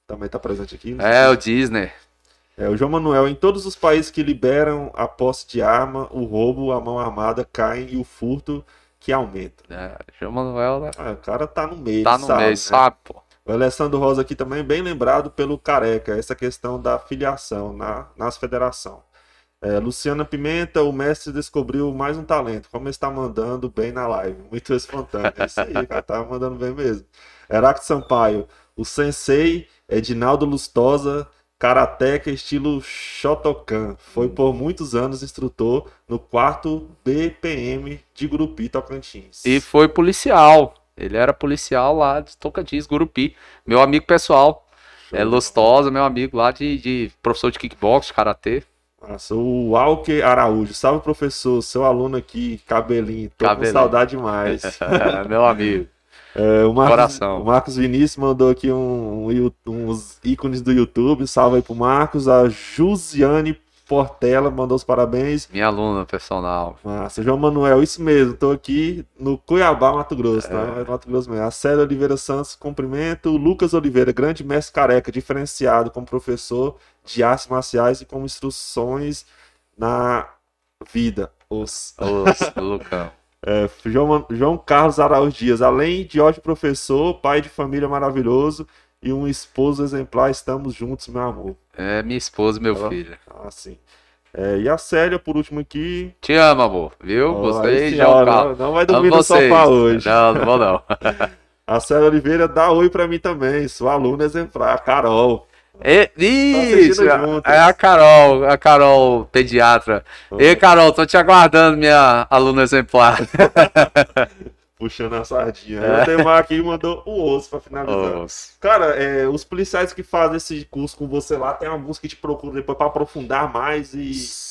também tá presente aqui. É, o Disney. É, o João Manuel, em todos os países que liberam a posse de arma, o roubo, a mão armada caem e o furto que aumenta. É, João Manuel, né? Ah, o cara tá no meio, Tá no sabe, meio, né? sabe, pô. O Alessandro Rosa aqui também, bem lembrado pelo Careca, essa questão da filiação na, nas federações. É, Luciana Pimenta, o mestre descobriu mais um talento, como está mandando bem na live, muito espontâneo, é isso aí, cara, tá mandando bem mesmo. Heráclito Sampaio, o sensei Edinaldo Lustosa, karateca estilo Shotokan, foi por muitos anos instrutor no quarto B P M de Gurupi, Tocantins. E foi policial, ele era policial lá de Tocantins, Gurupi, meu amigo pessoal, Show. É Lustosa, meu amigo lá de, de professor de kickbox, de karatê. Nossa, o Walker Araújo, salve professor, seu aluno aqui, cabelinho, tô cabelinho. Com saudade demais. Meu amigo. É, o, Marcos, Coração. O Marcos Vinícius mandou aqui um, um, uns ícones do YouTube, salve aí pro Marcos. A Jusiane Portela mandou os parabéns. Minha aluna personal. Massa, João Manuel, isso mesmo, tô aqui no Cuiabá, Mato Grosso, é. Tá? Mato Grosso mesmo. A Célia Oliveira Santos, cumprimento. O Lucas Oliveira, grande mestre careca, diferenciado como professor de artes marciais e como instruções na vida. Os, Os Lucão. É, João, João Carlos Araújo Dias, além de ótimo professor, pai de família maravilhoso e um esposo exemplar, estamos juntos, meu amor. É, minha esposa e meu Ela... filho. Ah, sim. É, e a Célia, por último aqui. Te amo, amor, viu? Oh, você e João Carlos. Não, não vai dormir no sofá hoje. Não, não vou não. A Célia Oliveira dá oi pra mim também, sua aluna exemplar, Carol. E, isso, tá é a Carol, a Carol pediatra. Oh. Ei, Carol, tô te aguardando, minha aluna exemplar. Puxando a sardinha. É. O Demar aqui mandou o osso pra finalizar. Osso. Cara, é, os policiais que fazem esse curso com você lá, tem alguns que te procuram depois pra aprofundar mais e,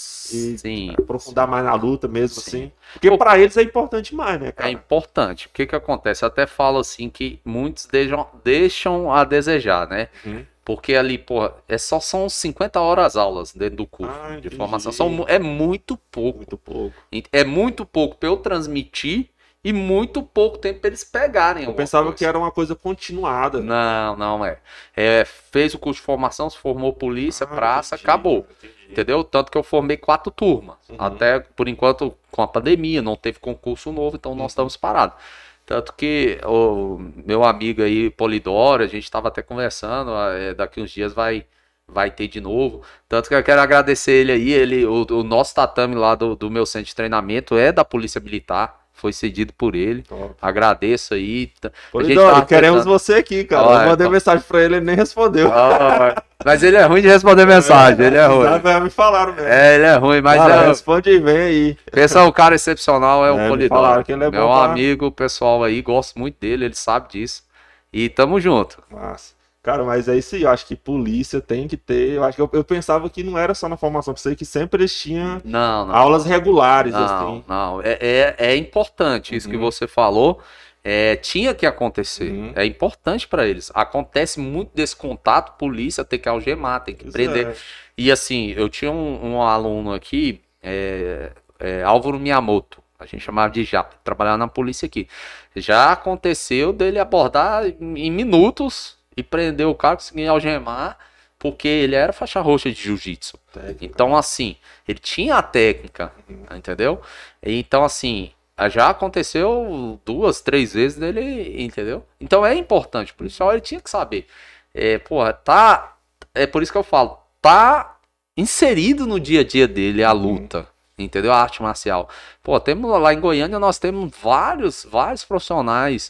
e sim, aprofundar sim. mais na luta mesmo, Sim. assim. Porque Pô, pra eles é importante mais, né, cara? É importante. O que que acontece? Eu até falo assim que muitos deixam, deixam a desejar, né? Uhum. Porque ali, porra, é só são cinquenta horas aulas dentro do curso ah, de formação. São, é muito pouco. Muito pouco. É muito pouco para eu transmitir e muito pouco tempo para eles pegarem. Eu pensava coisa. que era uma coisa continuada. Não, não é. é. Fez o curso de formação, se formou polícia, ah, praça, entendi, acabou. Entendi. Entendeu? Tanto que eu formei quatro turmas. Uhum. Até, por enquanto, com a pandemia, não teve concurso novo, então nós uhum. estamos parados. Tanto que o meu amigo aí, Polidoro, a gente estava até conversando, é, daqui uns dias vai, vai ter de novo. Tanto que eu quero agradecer ele aí, ele, o, o nosso tatame lá do, do meu centro de treinamento é da Polícia Militar, foi cedido por ele. Top. Agradeço aí. Polidoro, tá queremos tentando... você aqui, cara. Ah, eu mandei é, mensagem pra ele, ele nem respondeu. Ah, mas ele é ruim de responder mensagem, é, ele é ruim. Já me falaram mesmo. É, ele é ruim, mas cara, é... responde e vem aí. Pensa, o cara excepcional é, é o Polidoro. Que ele é meu bom, amigo pessoal aí, gosto muito dele, ele sabe disso. E tamo junto. Massa. Cara, mas é isso aí, eu acho que polícia tem que ter, eu acho que eu, eu pensava que não era só na formação, eu pensei que sempre eles tinham não, não, aulas regulares, não, assim. Não, é, é, é importante isso uhum. que você falou, é, tinha que acontecer, uhum. é importante para eles. Acontece muito desse contato, polícia tem que algemar, tem que isso prender. É. E assim, eu tinha um, um aluno aqui, é, é, Álvaro Miyamoto, a gente chamava de Japa, trabalhava na polícia aqui. Já aconteceu dele abordar em minutos e prender o cara, conseguir algemar, porque ele era faixa roxa de jiu-jitsu. Então, assim, ele tinha a técnica, uhum. entendeu? Então, assim, já aconteceu duas, três vezes dele, entendeu? Então é importante, o policial ele tinha que saber. É, porra, tá. É por isso que eu falo, tá inserido no dia a dia dele a luta. Uhum. Entendeu? A arte marcial. Pô, temos lá em Goiânia, nós temos vários, vários profissionais,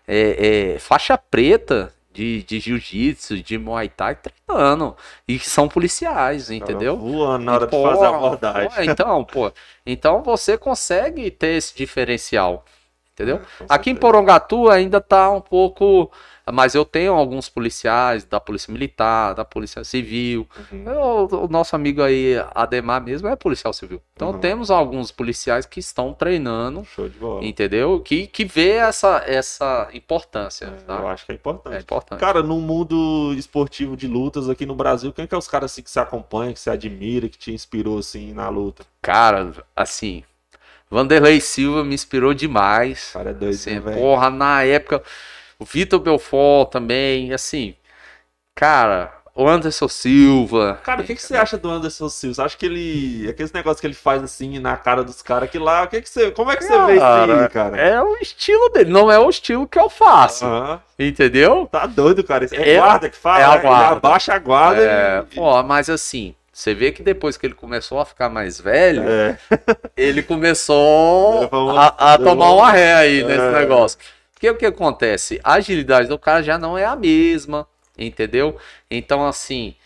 é, é, faixa preta, de, de jiu-jitsu, de muay thai, treinando. E que são policiais, entendeu? Voando na hora e, de pô, fazer a abordagem. Pô, então, pô, então você consegue ter esse diferencial, entendeu? É, aqui em Porongatu ainda tá um pouco... Mas eu tenho alguns policiais da Polícia Militar, da Polícia Civil. Uhum. Eu, o nosso amigo aí, Ademar mesmo, é policial civil. Então uhum. temos alguns policiais que estão treinando, show de bola. Entendeu? Que, que vê essa, essa importância. É, tá? Eu acho que é importante. É importante. Cara, no mundo esportivo de lutas aqui no Brasil, quem que é os caras assim, que você acompanha, que você admira, que te inspirou assim na luta? Cara, assim... Vanderlei Silva me inspirou demais. Cara, é doido, assim, né, porra, na época... O Vitor Belfort também, assim, Cara, o Anderson Silva. Cara, o que, que você acha do Anderson Silva? Você acha que ele. Aqueles negócios que ele faz assim na cara dos caras que lá. O que que você, como é que você vê isso aí, cara? É o estilo dele, não é o estilo que eu faço. Uhum. Entendeu? Tá doido, cara. É, é guarda que fala, é a né? guarda. Ele abaixa a guarda. É, e... pô, mas assim, você vê que depois que ele começou a ficar mais velho, é. ele começou uma... a, a tomar uma ré aí nesse é. negócio. Porque o que acontece? A agilidade do cara já não é a mesma, entendeu? Então, assim,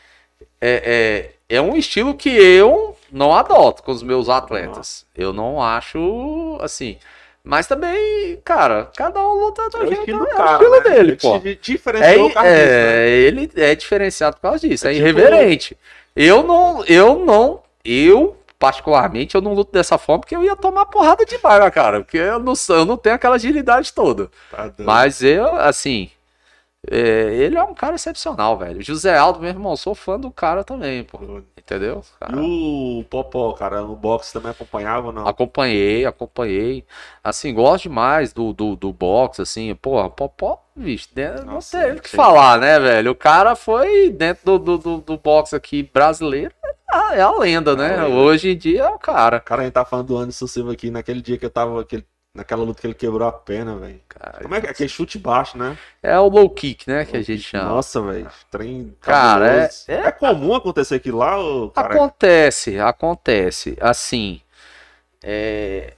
é, é, é um estilo que eu não adoto com os meus atletas. Eu não acho, assim... Mas também, cara, cada um luta do é jeito, estilo é cara, o estilo né? dele, ele pô. Diferenciou é, o cara é, disso, né? Ele é diferenciado por causa disso, é, é tipo... irreverente. Eu não, eu não, eu particularmente, eu não luto dessa forma porque eu ia tomar porrada demais, né, cara? Porque eu não, eu não tenho aquela agilidade toda. Tá Mas eu, assim, é, ele é um cara excepcional, velho. José Aldo, meu irmão, sou fã do cara também, pô. Entendeu? Cara, e o Popó, cara, no boxe também acompanhava ou não? Acompanhei, acompanhei. Assim, gosto demais do, do, do boxe, assim. Porra, Popó, bicho, dentro, não tem o que falar, né, velho? O cara foi dentro do, do, do, do boxe aqui brasileiro. É a lenda, né? É, hoje em dia é o cara. Cara, a gente tá falando do Anderson Silva aqui, naquele dia que eu tava, aquele, naquela luta que ele quebrou a perna, velho. Como é que é? Aquele chute baixo, né? É o low kick, né, que a gente chama. Nossa, velho. Trem cara, é, é... é comum acontecer aquilo lá? Ou, cara? Acontece, acontece. Assim, é...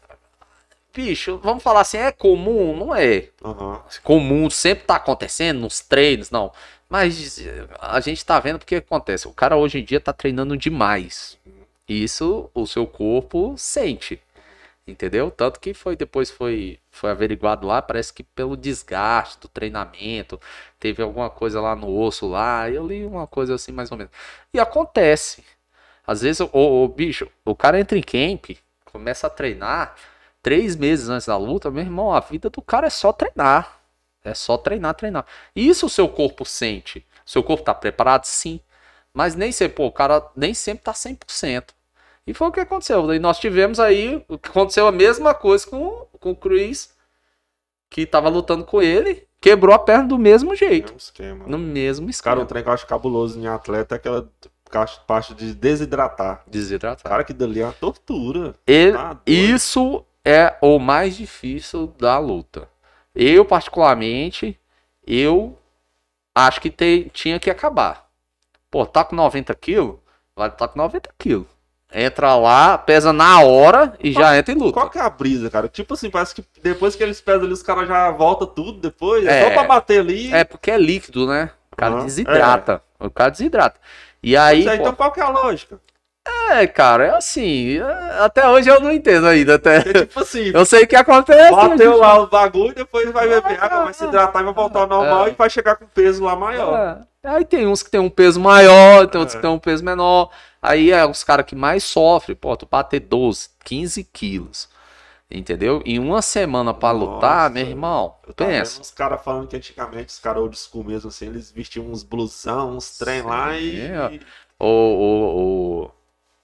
Bicho, vamos falar assim, é comum? Não é. Uhum. Comum, sempre tá acontecendo nos treinos, não. Mas a gente tá vendo porque acontece. O cara hoje em dia tá treinando demais. Isso o seu corpo sente. Entendeu? Tanto que foi depois foi, foi averiguado lá, parece que pelo desgaste do treinamento, teve alguma coisa lá no osso lá, eu li uma coisa assim mais ou menos. E acontece. Às vezes o, o, o bicho, o cara entra em camp, começa a treinar, três meses antes da luta, meu irmão, a vida do cara é só treinar. É só treinar, treinar. Isso o seu corpo sente. O seu corpo tá preparado? Sim. Mas nem sempre, pô, o cara nem sempre tá cem por cento. E foi o que aconteceu. E nós tivemos aí, aconteceu a mesma coisa com, com o Cruz, que tava lutando com ele, quebrou a perna do mesmo jeito. Esquema. No mesmo esquema. Cara, um trem que eu acho cabuloso em atleta é aquela parte de desidratar. Desidratar. Cara, que dali é uma tortura. Ele, tá isso é o mais difícil da luta. Eu, particularmente, eu acho que te, tinha que acabar. Pô, tá com noventa quilos? Vai estar com noventa quilos. Entra lá, pesa na hora e qual, já entra em luta. Qual que é a brisa, cara? Tipo assim, parece que depois que eles pesam ali, os caras já voltam tudo depois. É, é só pra bater ali. É porque é líquido, né? O cara uhum. desidrata. É. O cara desidrata. E aí. Mas, então qual que é a lógica? É, cara, é assim. Até hoje eu não entendo ainda. Até... É tipo assim. Eu sei o que acontece. Bateu gente... lá o bagulho, depois vai beber ah, água, vai se hidratar e vai voltar ao normal é. e vai chegar com peso lá maior. É. Aí tem uns que tem um peso maior, tem outros é. que tem um peso menor. Aí é os caras que mais sofrem, pô, tu bater doze, quinze quilos. Entendeu? Em uma semana pra Nossa, lutar, meu irmão, eu pensa. Os caras falando que antigamente, os caras old school mesmo, assim, eles vestiam uns blusão, uns trem Sim, lá e... É. O, o, o,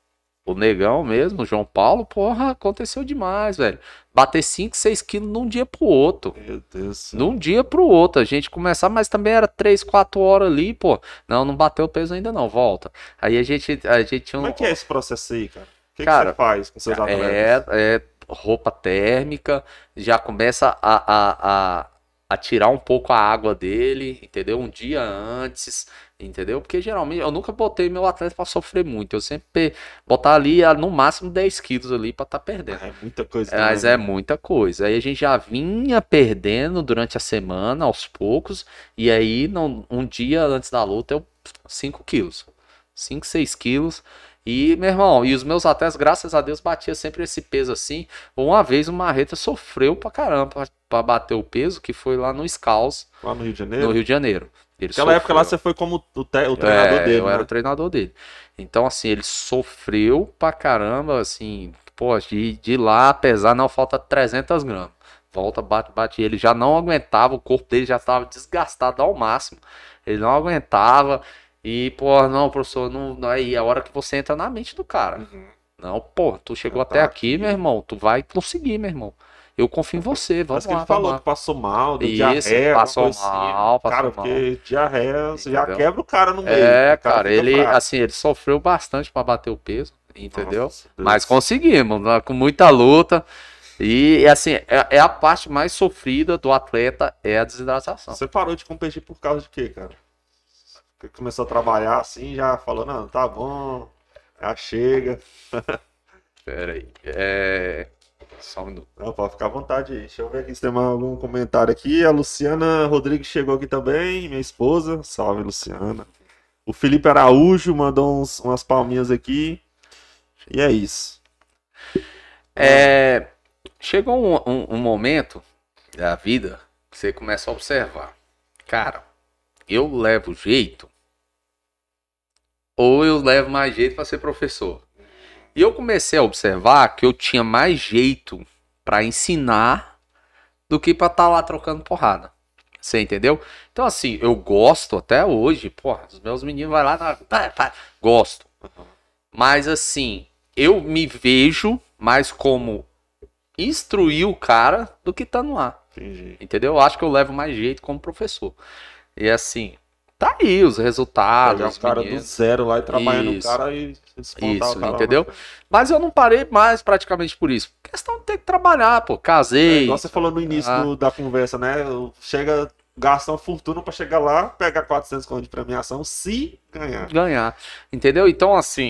o negão mesmo, o João Paulo, porra, aconteceu demais, velho. Bater cinco, seis quilos num dia pro outro. Meu Deus. Num dia pro outro. A gente começar, mas também era três, quatro horas ali, pô. Não, não bateu o peso ainda não, volta. Aí a gente... A gente Como um... é que é esse processo aí, cara? O que, cara, que você faz com seus atletas? É, é roupa térmica, já começa a, a, a, a tirar um pouco a água dele, entendeu? Um dia antes, entendeu? Porque geralmente eu nunca botei meu atleta pra sofrer muito. Eu sempre botar ali no máximo dez quilos ali pra tá perdendo. É muita coisa. É, mas é muita coisa. Aí a gente já vinha perdendo durante a semana, aos poucos. E aí, não, um dia antes da luta, eu cinco quilos. cinco, seis quilos. E, meu irmão, e os meus atletas, graças a Deus, batia sempre esse peso assim. Uma vez o Marreta sofreu pra caramba pra, pra bater o peso, que foi lá no Scaus. Lá no Rio de Janeiro? No Rio de Janeiro. Ele Naquela sofreu. época lá você foi como o, te, o treinador é, dele, eu né? era o treinador dele. Então, assim, ele sofreu pra caramba, assim, pô, de, de lá, apesar, não falta trezentos gramas. Volta, bate, bate. Ele já não aguentava, o corpo dele já estava desgastado ao máximo. Ele não aguentava. E, pô, não, professor, não, não é aí a hora que você entra na mente do cara. Uhum. Não, pô, tu chegou eu até aqui, aqui, meu irmão, tu vai conseguir, meu irmão. eu confio em você, vamos lá. Mas que ele lá, falou lá. que passou mal, deu Isso, diarreia, passou mal, assim. passou Cara, mal. porque diarreia, você Entendeu? já quebra o cara no meio. É, cara, cara, ele, fraco. assim, ele sofreu bastante pra bater o peso, entendeu? Nossa, mas conseguimos, né? Com muita luta. E, assim, é, é a parte mais sofrida do atleta, é a desidratação. Você parou de competir por causa de quê, cara? Porque começou a trabalhar assim, já falou, não, tá bom, já chega. Pera aí, é... Só um minuto. Não, pode ficar à vontade aí. Deixa eu ver aqui se tem mais algum comentário aqui. A Luciana Rodrigues chegou aqui também, minha esposa. Salve, Luciana. O Felipe Araújo mandou uns, umas palminhas aqui. E é isso. É... Chegou um, um, um momento da vida que você começa a observar. Cara, eu levo jeito ou eu levo mais jeito para ser professor? E eu comecei a observar que eu tinha mais jeito para ensinar do que para estar lá trocando porrada. Você entendeu? Então, assim, eu gosto até hoje. Porra, os meus meninos vão lá. Na... Pá, pá. Gosto. Mas, assim, eu me vejo mais como instruir o cara do que tá no ar. Entendi. Entendeu? Eu acho que eu levo mais jeito como professor. E, assim, tá aí os resultados. Pegar os caras do zero lá e trabalhar no cara e despontar isso, o cara. Entendeu? Lá. Mas eu não parei mais praticamente por isso. Questão de ter que trabalhar, pô. Casei. É, igual você falou no início ah. do, da conversa, né? Chega, gasta uma fortuna pra chegar lá, pegar quatrocentos contos de premiação, se ganhar. Ganhar. Entendeu? Então, assim,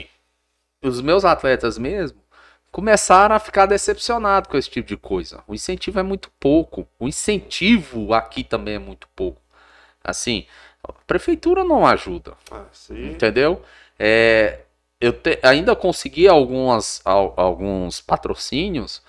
os meus atletas mesmo começaram a ficar decepcionados com esse tipo de coisa. O incentivo é muito pouco. O incentivo aqui também é muito pouco. Assim, a prefeitura não ajuda. Ah, entendeu? É, eu te, ainda consegui algumas, al, alguns patrocínios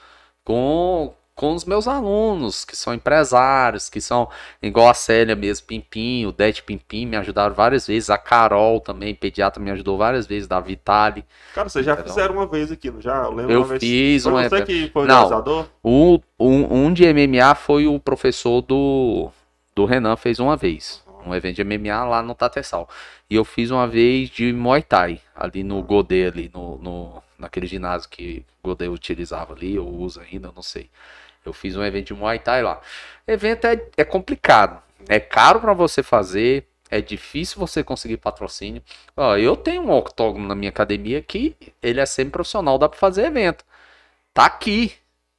com, com os meus alunos, que são empresários, que são igual a Célia mesmo, Pimpim, o Dete Pimpim, me ajudaram várias vezes. A Carol também, pediatra, me ajudou várias vezes, da Vitali. Cara, vocês já entendeu? Fizeram uma vez aquilo, já? Eu lembro eu uma fiz vez. Foi um você que foi o Não, organizador? Um, um, um de M M A foi o professor do, do Renan, fez uma vez. Um evento de M M A lá no Tatersal. E eu fiz uma vez de Muay Thai, ali no Godê, ali no, no, naquele ginásio que o Godê utilizava ali, ou usa ainda, eu não sei. Eu fiz um evento de Muay Thai lá. Evento é, é complicado, é caro para você fazer, é difícil você conseguir patrocínio. Ó, eu tenho um octógono na minha academia que ele é semi-profissional, dá para fazer evento. Tá aqui,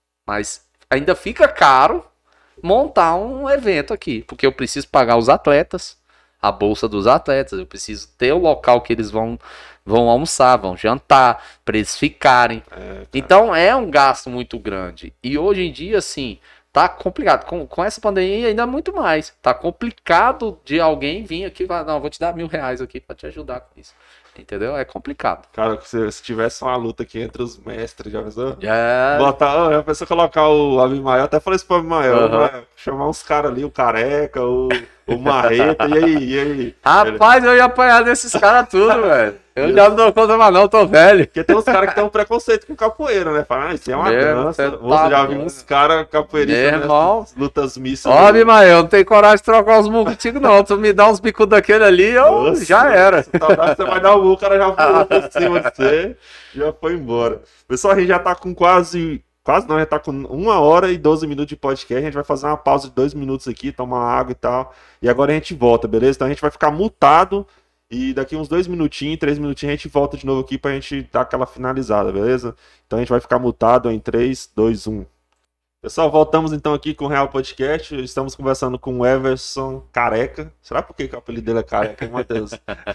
mas ainda fica caro montar um evento aqui, porque eu preciso pagar os atletas, a bolsa dos atletas, eu preciso ter o local que eles vão, vão almoçar, vão jantar, para eles ficarem. É, então é um gasto muito grande. E hoje em dia, assim, tá complicado. Com, com essa pandemia ainda muito mais. Tá complicado de alguém vir aqui e falar, não, vou te dar mil reais aqui para te ajudar com isso. Entendeu? É complicado. Cara, se, se tivesse uma luta aqui entre os mestres, já pensou? É. Botar, já pensou colocar o Abimael, até falei isso pro Abimael, uhum. Chamar uns caras ali, o Careca, o, o Marreta, e aí, e aí? Rapaz, eu ia apanhar desses caras tudo, velho. Eu já não dou conta mais não, tô velho. Porque tem uns caras que tem um preconceito com capoeira, né? Fala, ah, isso é uma Meu, dança. Você, você tá já viu uns caras capoeiristas nessas lutas mistas. Ó, Abimael, eu não tenho coragem de trocar os mucos contigo não. Tu me dá uns bicos daquele ali, eu Nossa, já era. Você vai dar o muco, o cara já pulou por cima de você, já foi embora. Pessoal, a gente já tá com quase... Quase não, já tá com uma hora e doze minutos de podcast. A gente vai fazer uma pausa de dois minutos aqui, tomar água e tal. E agora a gente volta, beleza? Então a gente vai ficar mutado. E daqui uns dois minutinhos, três minutinhos, a gente volta de novo aqui pra gente dar aquela finalizada, beleza? Então a gente vai ficar mutado em três, dois, um. Pessoal, voltamos então aqui com o Real Podcast. Estamos conversando com o Everson Careca. Será por que o apelido dele é Careca, hein, Matheus?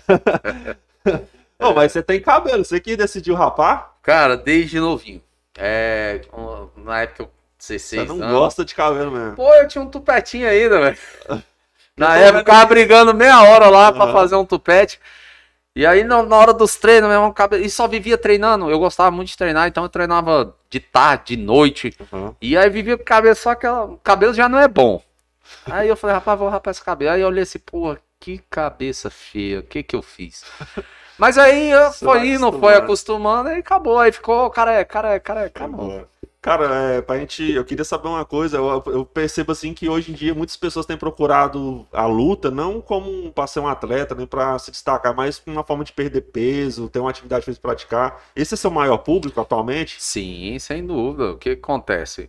Não, mas você tem cabelo, você que decidiu rapar? Cara, desde novinho. É, na época eu dezesseis anos. Você não anos. gosta de cabelo mesmo. Pô, eu tinha um tupetinho ainda, velho. Na época eu ficava brigando meia hora lá uhum. pra fazer um tupete. E aí na, na hora dos treinos mesmo, cabelo, e só vivia treinando. Eu gostava muito de treinar, então eu treinava de tarde, de noite. Uhum. E aí vivia com o cabelo, só que o cabelo já não é bom. Aí eu falei, rapaz, vou rapar esse cabelo. Aí eu olhei assim, porra, que cabeça feia, o que que eu fiz? Mas aí eu foi indo, foi acostumando e acabou. Aí ficou, cara, é, cara, é, cara, é, acabou. Cara, é, pra gente, eu queria saber uma coisa, eu, eu percebo assim que hoje em dia muitas pessoas têm procurado a luta não como pra ser um atleta, nem pra se destacar, mas como uma forma de perder peso, ter uma atividade pra praticar. Esse é seu maior público atualmente? Sim, sem dúvida. O que acontece?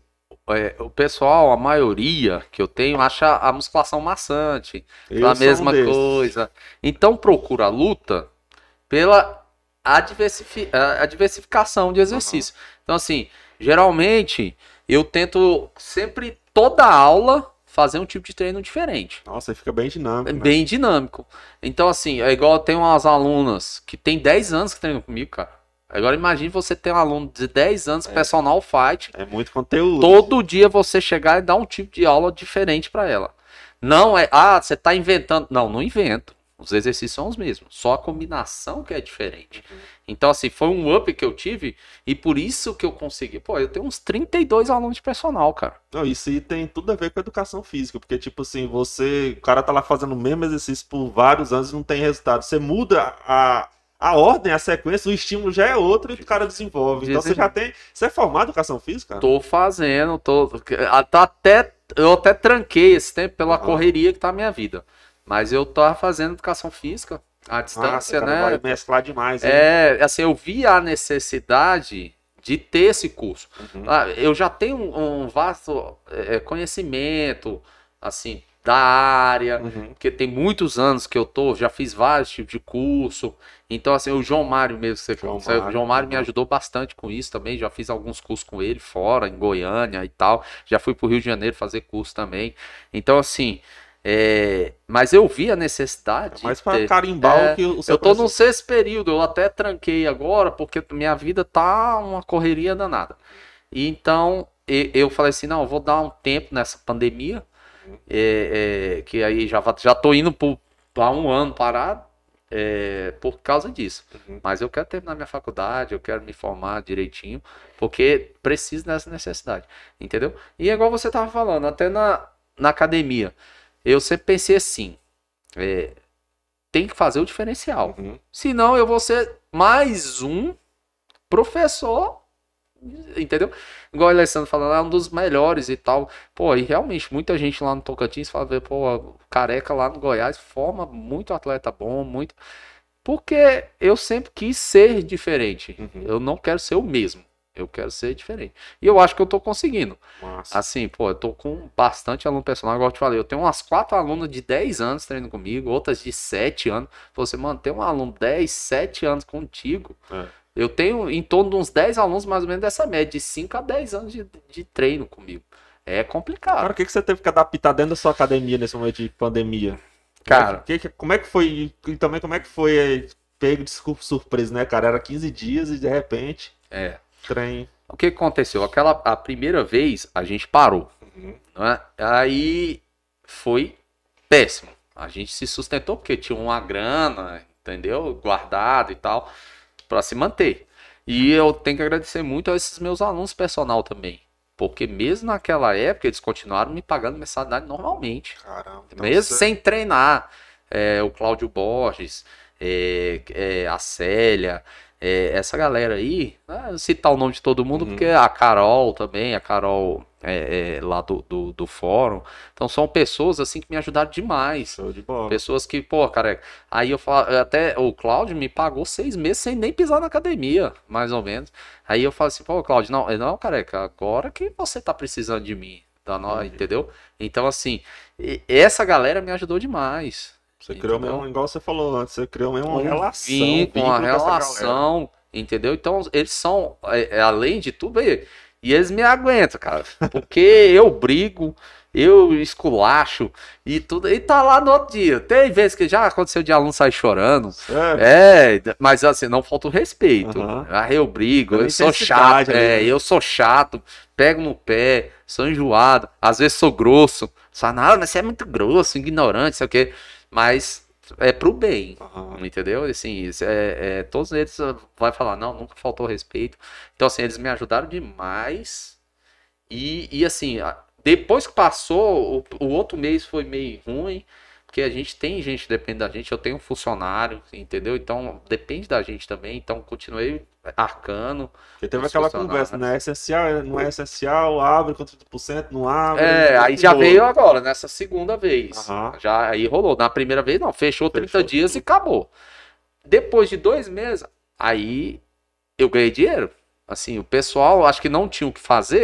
é, o pessoal, a maioria que eu tenho, acha a musculação maçante, Eu a sou um mesma desses. coisa. Então procura a luta pela a, diversifi- a- a diversificação de exercício. Então, assim, geralmente eu tento sempre, toda aula, fazer um tipo de treino diferente. Nossa, aí fica bem dinâmico, né? Bem dinâmico. Então, assim, é igual tem umas alunas que tem dez anos que treinam comigo, cara. Agora imagine você ter um aluno de dez anos, É. personal fight, É muito conteúdo. todo dia você chegar e dar um tipo de aula diferente para ela. Não é, ah, você tá inventando. Não, não invento. Os exercícios são os mesmos, só a combinação que é diferente. Uhum. Então, assim, foi um up que eu tive e por isso que eu consegui. Pô, eu tenho uns trinta e dois alunos de personal, cara. Não, isso aí tem tudo a ver com a educação física, porque, tipo assim, você, o cara tá lá fazendo o mesmo exercício por vários anos e não tem resultado. Você muda a, a ordem, a sequência, o estímulo já é outro e o cara desenvolve. Então você já tem. Você é formado em educação física? Tô fazendo, tô. Tá até, eu até tranquei esse tempo pela Uhum. correria que tá a minha vida. Mas eu tava fazendo educação física à distância, Ah, cara, né? vai mesclar demais, hein? É, assim, eu vi a necessidade de ter esse curso. Uhum. Ah, eu já tenho um, um vasto é, conhecimento, assim, da área, Uhum. porque tem muitos anos que eu tô, já fiz vários tipos de curso. Então, assim, o João Mário mesmo, você João conhece, o Mário, João Mário me uhum. ajudou bastante com isso também. Já fiz alguns cursos com ele fora, em Goiânia e tal. Já fui pro Rio de Janeiro fazer curso também. Então, assim, é, mas eu vi a necessidade. Mas de pra ter- carimbar é, o que o seu eu tô no conhecimento- sexto período, eu até tranquei agora, porque minha vida tá uma correria danada. E então, e- eu falei assim, não, eu vou dar um tempo nessa pandemia, é, é, que aí já, va- já tô indo para um ano parado, é, por causa disso. Uhum. Mas eu quero terminar minha faculdade, eu quero me formar direitinho, porque preciso dessa necessidade, entendeu? E é igual você tava falando, até na, na academia, eu sempre pensei assim, é, tem que fazer o diferencial. Uhum. Senão eu vou ser mais um professor, entendeu? Igual o Alessandro falando, é um dos melhores e tal. Pô, e realmente muita gente lá no Tocantins fala, pô, o Careca lá no Goiás forma muito atleta bom, muito. Porque eu sempre quis ser diferente. Uhum. Eu não quero ser o mesmo. Eu quero ser diferente. E eu acho que eu tô conseguindo. Massa. Assim, pô, eu tô com bastante aluno personal, igual eu te falei. Eu tenho umas quatro alunas de dez anos treinando comigo, outras de sete anos. Você manter um aluno dez, sete anos contigo. É. Eu tenho em torno de uns dez alunos mais ou menos dessa média, de cinco a dez anos de, de treino comigo. É complicado. Cara, o que, que você teve que adaptar dentro da sua academia nesse momento de pandemia? Cara, que, que, como é que foi? E também como é que foi é, pego de sur- surpresa, né, cara? Era quinze dias e de repente, é. trem. O que aconteceu? Aquela a primeira vez a gente parou, Uhum. né? Aí foi péssimo. A gente se sustentou porque tinha uma grana, entendeu? Guardado e tal, para se manter. E eu tenho que agradecer muito a esses meus alunos personal também. Porque mesmo naquela época eles continuaram me pagando mensalidade normalmente. Caramba. Então Mesmo você- sem treinar. É, o Cláudio Borges, é, é, a Célia, é, essa galera aí, né, eu vou citar o nome de todo mundo, Uhum. porque a Carol também, a Carol é, é, lá do, do, do fórum. Então são pessoas assim que me ajudaram demais. Show de bola. Pessoas que, pô, cara, aí eu falo, até o Cláudio me pagou seis meses sem nem pisar na academia, mais ou menos. Aí eu falo assim, pô, Cláudio, não, não, careca, agora que você tá precisando de mim, da nós, Uhum. entendeu? Então, assim, e- essa galera me ajudou demais. Você criou Entendeu? mesmo, igual você falou antes, você criou mesmo uma Um relação. vínculo, uma vínculo com essa galera. relação, entendeu? Então, eles são, é, é, além de tudo, e, e eles me aguentam, cara. Porque eu brigo, eu esculacho e tudo. E tá lá no outro dia. Tem vezes que já aconteceu de aluno sair chorando. Sério? É, mas assim, não falta o respeito. Aham. Ah, eu brigo, Pela eu sou intensidade chato, ali, é, né? eu sou chato, pego no pé, sou enjoado, às vezes sou grosso. Só, não, mas você é muito grosso, ignorante, sei o quê. Mas é pro bem. Aham. Entendeu? Assim, isso é, é, todos eles ah, vai falar, não, nunca faltou respeito. Então, assim, eles me ajudaram demais. E, e assim, a- depois que passou, o, o outro mês foi meio ruim, porque a gente tem gente que depende da gente, eu tenho um funcionário, entendeu? Então, depende da gente também. Então, continuei arcando. Porque teve Os aquela funcionários. conversa, né? É essencial, não é essencial, abre com trinta por cento, não abre. É, aí já continuou. veio agora, nessa segunda vez. Aham. Já aí rolou. Na primeira vez, não, fechou, Fechou trinta dias tudo. e acabou. Depois de dois meses, aí eu ganhei dinheiro. Assim, o pessoal, acho que não tinha o que fazer,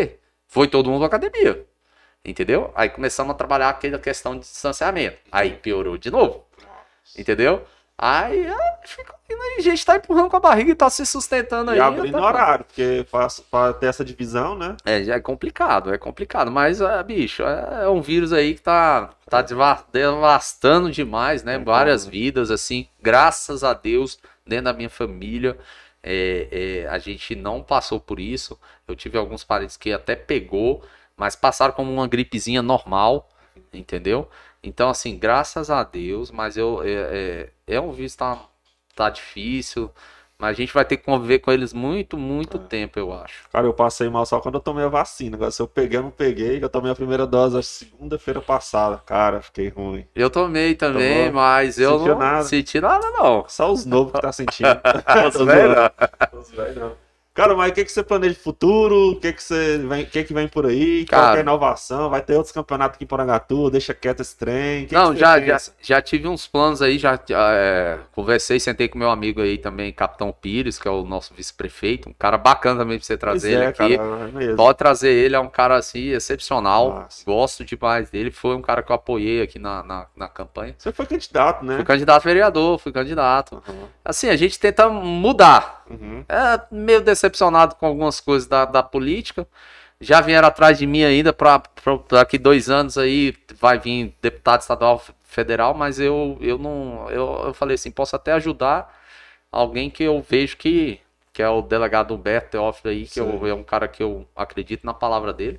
foi todo mundo pra academia. Entendeu? Aí começamos a trabalhar aquela questão de distanciamento. Aí piorou de novo. Entendeu? Aí fica a gente tá empurrando com a barriga e tá se sustentando aí. E abrindo tá... horário, porque para ter essa divisão, né? É, já é complicado, é complicado. Mas, é, bicho, é, é um vírus aí que tá, tá devastando demais, né? É, várias bom, vidas, assim. Graças a Deus, dentro da minha família, é, é, a gente não passou por isso. Eu tive alguns parentes que até pegou, mas passaram como uma gripezinha normal, entendeu? Então, assim, graças a Deus, mas eu é, é, é um vírus que tá, tá difícil, mas a gente vai ter que conviver com eles muito, muito é. tempo, eu acho. Cara, eu passei mal só quando eu tomei a vacina. Agora, se eu peguei, eu não peguei. Eu tomei a primeira dose na segunda-feira passada. Cara, fiquei ruim. Eu tomei também, Tomou? mas eu Sentiu não nada. senti nada, não. Só os novos que tá sentindo. Os velhos não. Os velhos não. Cara, mas o que, que você planeja de futuro? O que, que, você vem, que, que vem por aí? Cara, qual que é a inovação? Vai ter outros campeonatos aqui em Porangatu? Deixa quieto esse trem? Que não, que já, já, já tive uns planos aí, já é, conversei, sentei com meu amigo aí também, Capitão Pires, que é o nosso vice-prefeito, um cara bacana também pra você trazer pois ele é, aqui. Cara, é mesmo. Pode trazer ele, é um cara assim, excepcional. Nossa. Gosto demais dele. Foi um cara que eu apoiei aqui na, na, na campanha. Você foi candidato, né? Fui candidato vereador, fui candidato. Uhum. Assim, a gente tenta mudar. Uhum. É meio decepcionado com algumas coisas da, da política. Já vieram atrás de mim ainda para daqui dois anos aí vai vir deputado estadual federal, mas eu, eu não. Eu, eu falei assim, posso até ajudar alguém que eu vejo que, que é o delegado Humberto Teófilo aí, que eu, é um cara que eu acredito na palavra dele.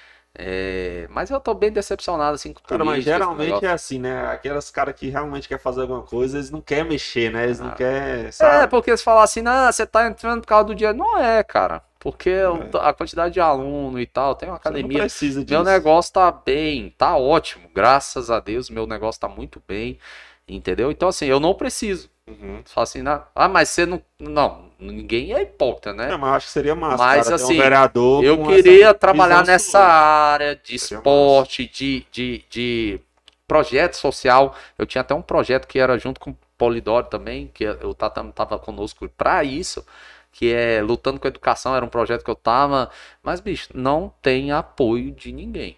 É, mas eu tô bem decepcionado assim com cara, política, mas geralmente é assim, né? Aquelas caras que realmente querem fazer alguma coisa, eles não querem mexer, né? Eles ah. não querem, sabe? É, porque eles falam assim, não, você tá entrando por causa do dinheiro. Não é, cara. Porque é. a quantidade de aluno e tal, tem uma academia. Você não precisa disso. Meu negócio tá bem, tá ótimo. Graças a Deus, meu negócio tá muito bem. Entendeu? Então, assim, eu não preciso. Uhum. Só assim, ah, mas você não. Não, ninguém é hipócrita, né? É, mas eu acho que seria massa. Mas cara, assim, um vereador eu queria trabalhar nessa sua. área de seria esporte, de, de, de projeto social. Eu tinha até um projeto que era junto com o Polidoro também, que eu tava, tava conosco para isso, que é Lutando com a Educação, era um projeto que eu tava. Mas, bicho, não tem apoio de ninguém.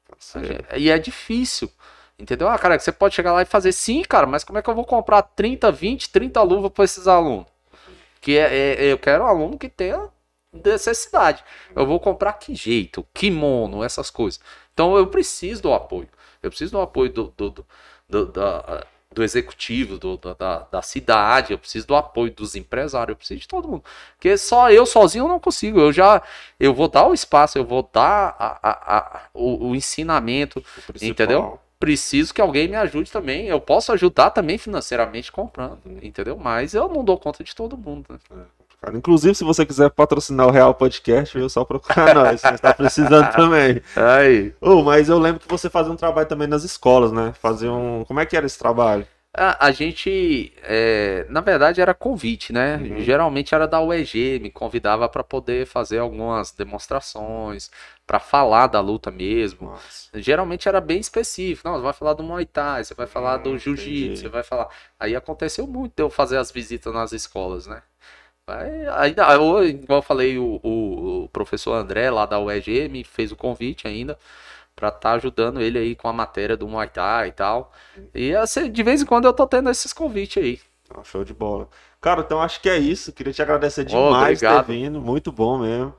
E é difícil. Entendeu? Ah, cara, você pode chegar lá e fazer sim, cara, mas como é que eu vou comprar trinta, vinte, trinta luvas para esses alunos? Que é, é, eu quero um aluno que tenha necessidade. Eu vou comprar que jeito? Kimono, essas coisas. Então eu preciso do apoio. Eu preciso do apoio do, do, do, do, da, do executivo, do, da, da cidade, eu preciso do apoio dos empresários, eu preciso de todo mundo. Porque só eu sozinho eu não consigo. Eu já eu vou dar o espaço, eu vou dar a, a, a, o, o ensinamento, o entendeu? Preciso que alguém me ajude também. Eu posso ajudar também financeiramente comprando, uhum. entendeu? Mas eu não dou conta de todo mundo. Né? É, cara, inclusive, se você quiser patrocinar o Real Podcast, eu só procurar nós. Você está precisando também. Aí. Oh, mas eu lembro que você fazia um trabalho também nas escolas, né? Fazia um. Como é que era esse trabalho? A, a gente, é, na verdade, era convite, né? Uhum. Geralmente era da U E G, me convidava para poder fazer algumas demonstrações, para falar da luta mesmo. Nossa. Geralmente era bem específico. Não, você vai falar do Muay Thai, você vai falar hum, do Jiu-Jitsu, você vai falar. Aí aconteceu muito de eu fazer as visitas nas escolas, né? Aí, ainda, eu, igual eu falei, o, o, o professor André lá da U E G me fez o convite ainda. Pra estar tá ajudando ele aí com a matéria do Muay Thai e tal. E assim, de vez em quando eu tô tendo esses convites aí. Oh, show de bola. Cara, então acho que é isso. Queria te agradecer demais por ter vindo. Muito bom mesmo.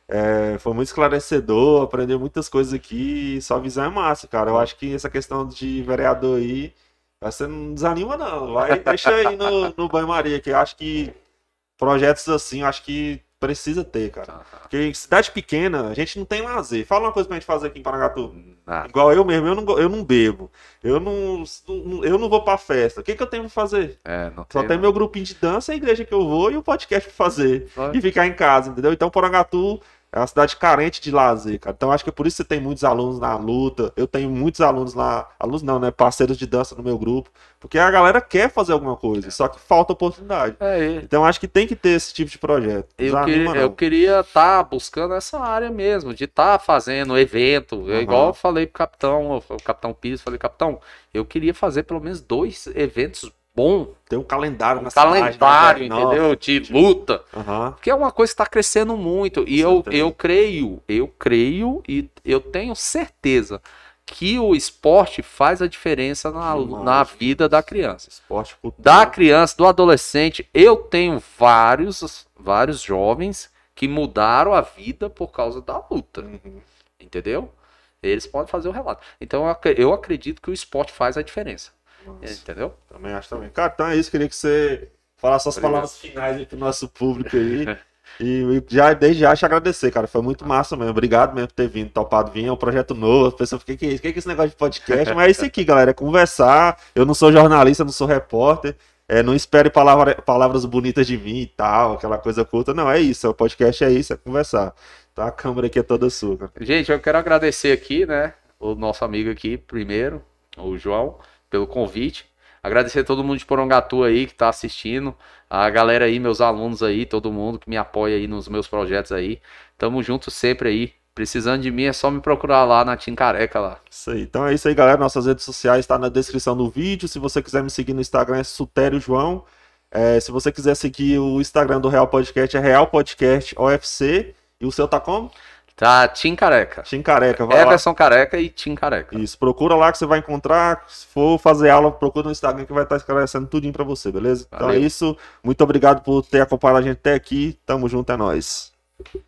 É, foi muito esclarecedor, aprendeu muitas coisas aqui. Sua visão é massa, cara. Eu acho que essa questão de vereador aí, você não desanima não. Vai, deixa aí no, no banho-maria, que eu acho que projetos assim, eu acho que precisa ter, cara. Porque cidade pequena, a gente não tem lazer. Fala uma coisa pra gente fazer aqui em Porangatu. Ah. Igual eu mesmo, eu não, eu não bebo. Eu não, eu não vou pra festa. O que, que eu tenho pra fazer? É, não Só tem, tem não. meu grupinho de dança, a igreja que eu vou e o podcast pra fazer. Vai. E ficar em casa, entendeu? Então Porangatu é uma cidade carente de lazer, cara. Então acho que é por isso que você tem muitos alunos na luta. Eu tenho muitos alunos lá, alunos não, né? Parceiros de dança no meu grupo. Porque a galera quer fazer alguma coisa, só que falta oportunidade. É, então acho que tem que ter esse tipo de projeto. Eu, queria, eu queria estar tá buscando essa área mesmo, de estar tá fazendo evento. Uhum. Igual eu falei pro capitão, o capitão Pires, falei, capitão, eu queria fazer pelo menos dois eventos bom. Tem um calendário um na calendário, cidade, né? entendeu? Nossa. De luta. Uhum. Que é uma coisa que está crescendo muito. E eu, eu creio, eu creio e eu tenho certeza que o esporte faz a diferença na, na vida da criança. Esporte, cultura. Da criança, do adolescente. Eu tenho vários, vários jovens que mudaram a vida por causa da luta. Uhum. Entendeu? Eles podem fazer o relato. Então eu acredito que o esporte faz a diferença. Nossa. Entendeu? Também acho também. Cara, então é isso. Queria que você falasse suas palavras finais aí pro nosso público aí. E já, desde já te agradecer, cara. Foi muito massa mesmo. Obrigado mesmo por ter vindo, topado vir. É um projeto novo. A pessoa fica, que, que é esse negócio de podcast? Mas é isso aqui, galera. É conversar. Eu não sou jornalista, não sou repórter. É, não espere palavra, palavras bonitas de mim e tal, aquela coisa curta. Não, é isso. O podcast é isso, é conversar. Então a câmera aqui é toda sua, cara. Gente, eu quero agradecer aqui, né? O nosso amigo aqui, primeiro, o João, pelo convite. Agradecer a todo mundo de Porangatu aí que tá assistindo. A galera aí, meus alunos aí, todo mundo que me apoia aí nos meus projetos aí. Tamo junto sempre aí. Precisando de mim é só me procurar lá na Team Careca lá. Isso aí. Então é isso aí, galera. Nossas redes sociais tá na descrição do vídeo. Se você quiser me seguir no Instagram é Sutério João. É, se você quiser seguir o Instagram do Real Podcast é Real Podcast O F C. E o seu tá como? Tá, Team Careca. Team Careca, vai Everson lá. Careca e Team Careca. Isso, procura lá que você vai encontrar. Se for fazer aula, procura no Instagram que vai estar esclarecendo tudinho pra você, beleza? Valeu. Então é isso. Muito obrigado por ter acompanhado a gente até aqui. Tamo junto, é nóis.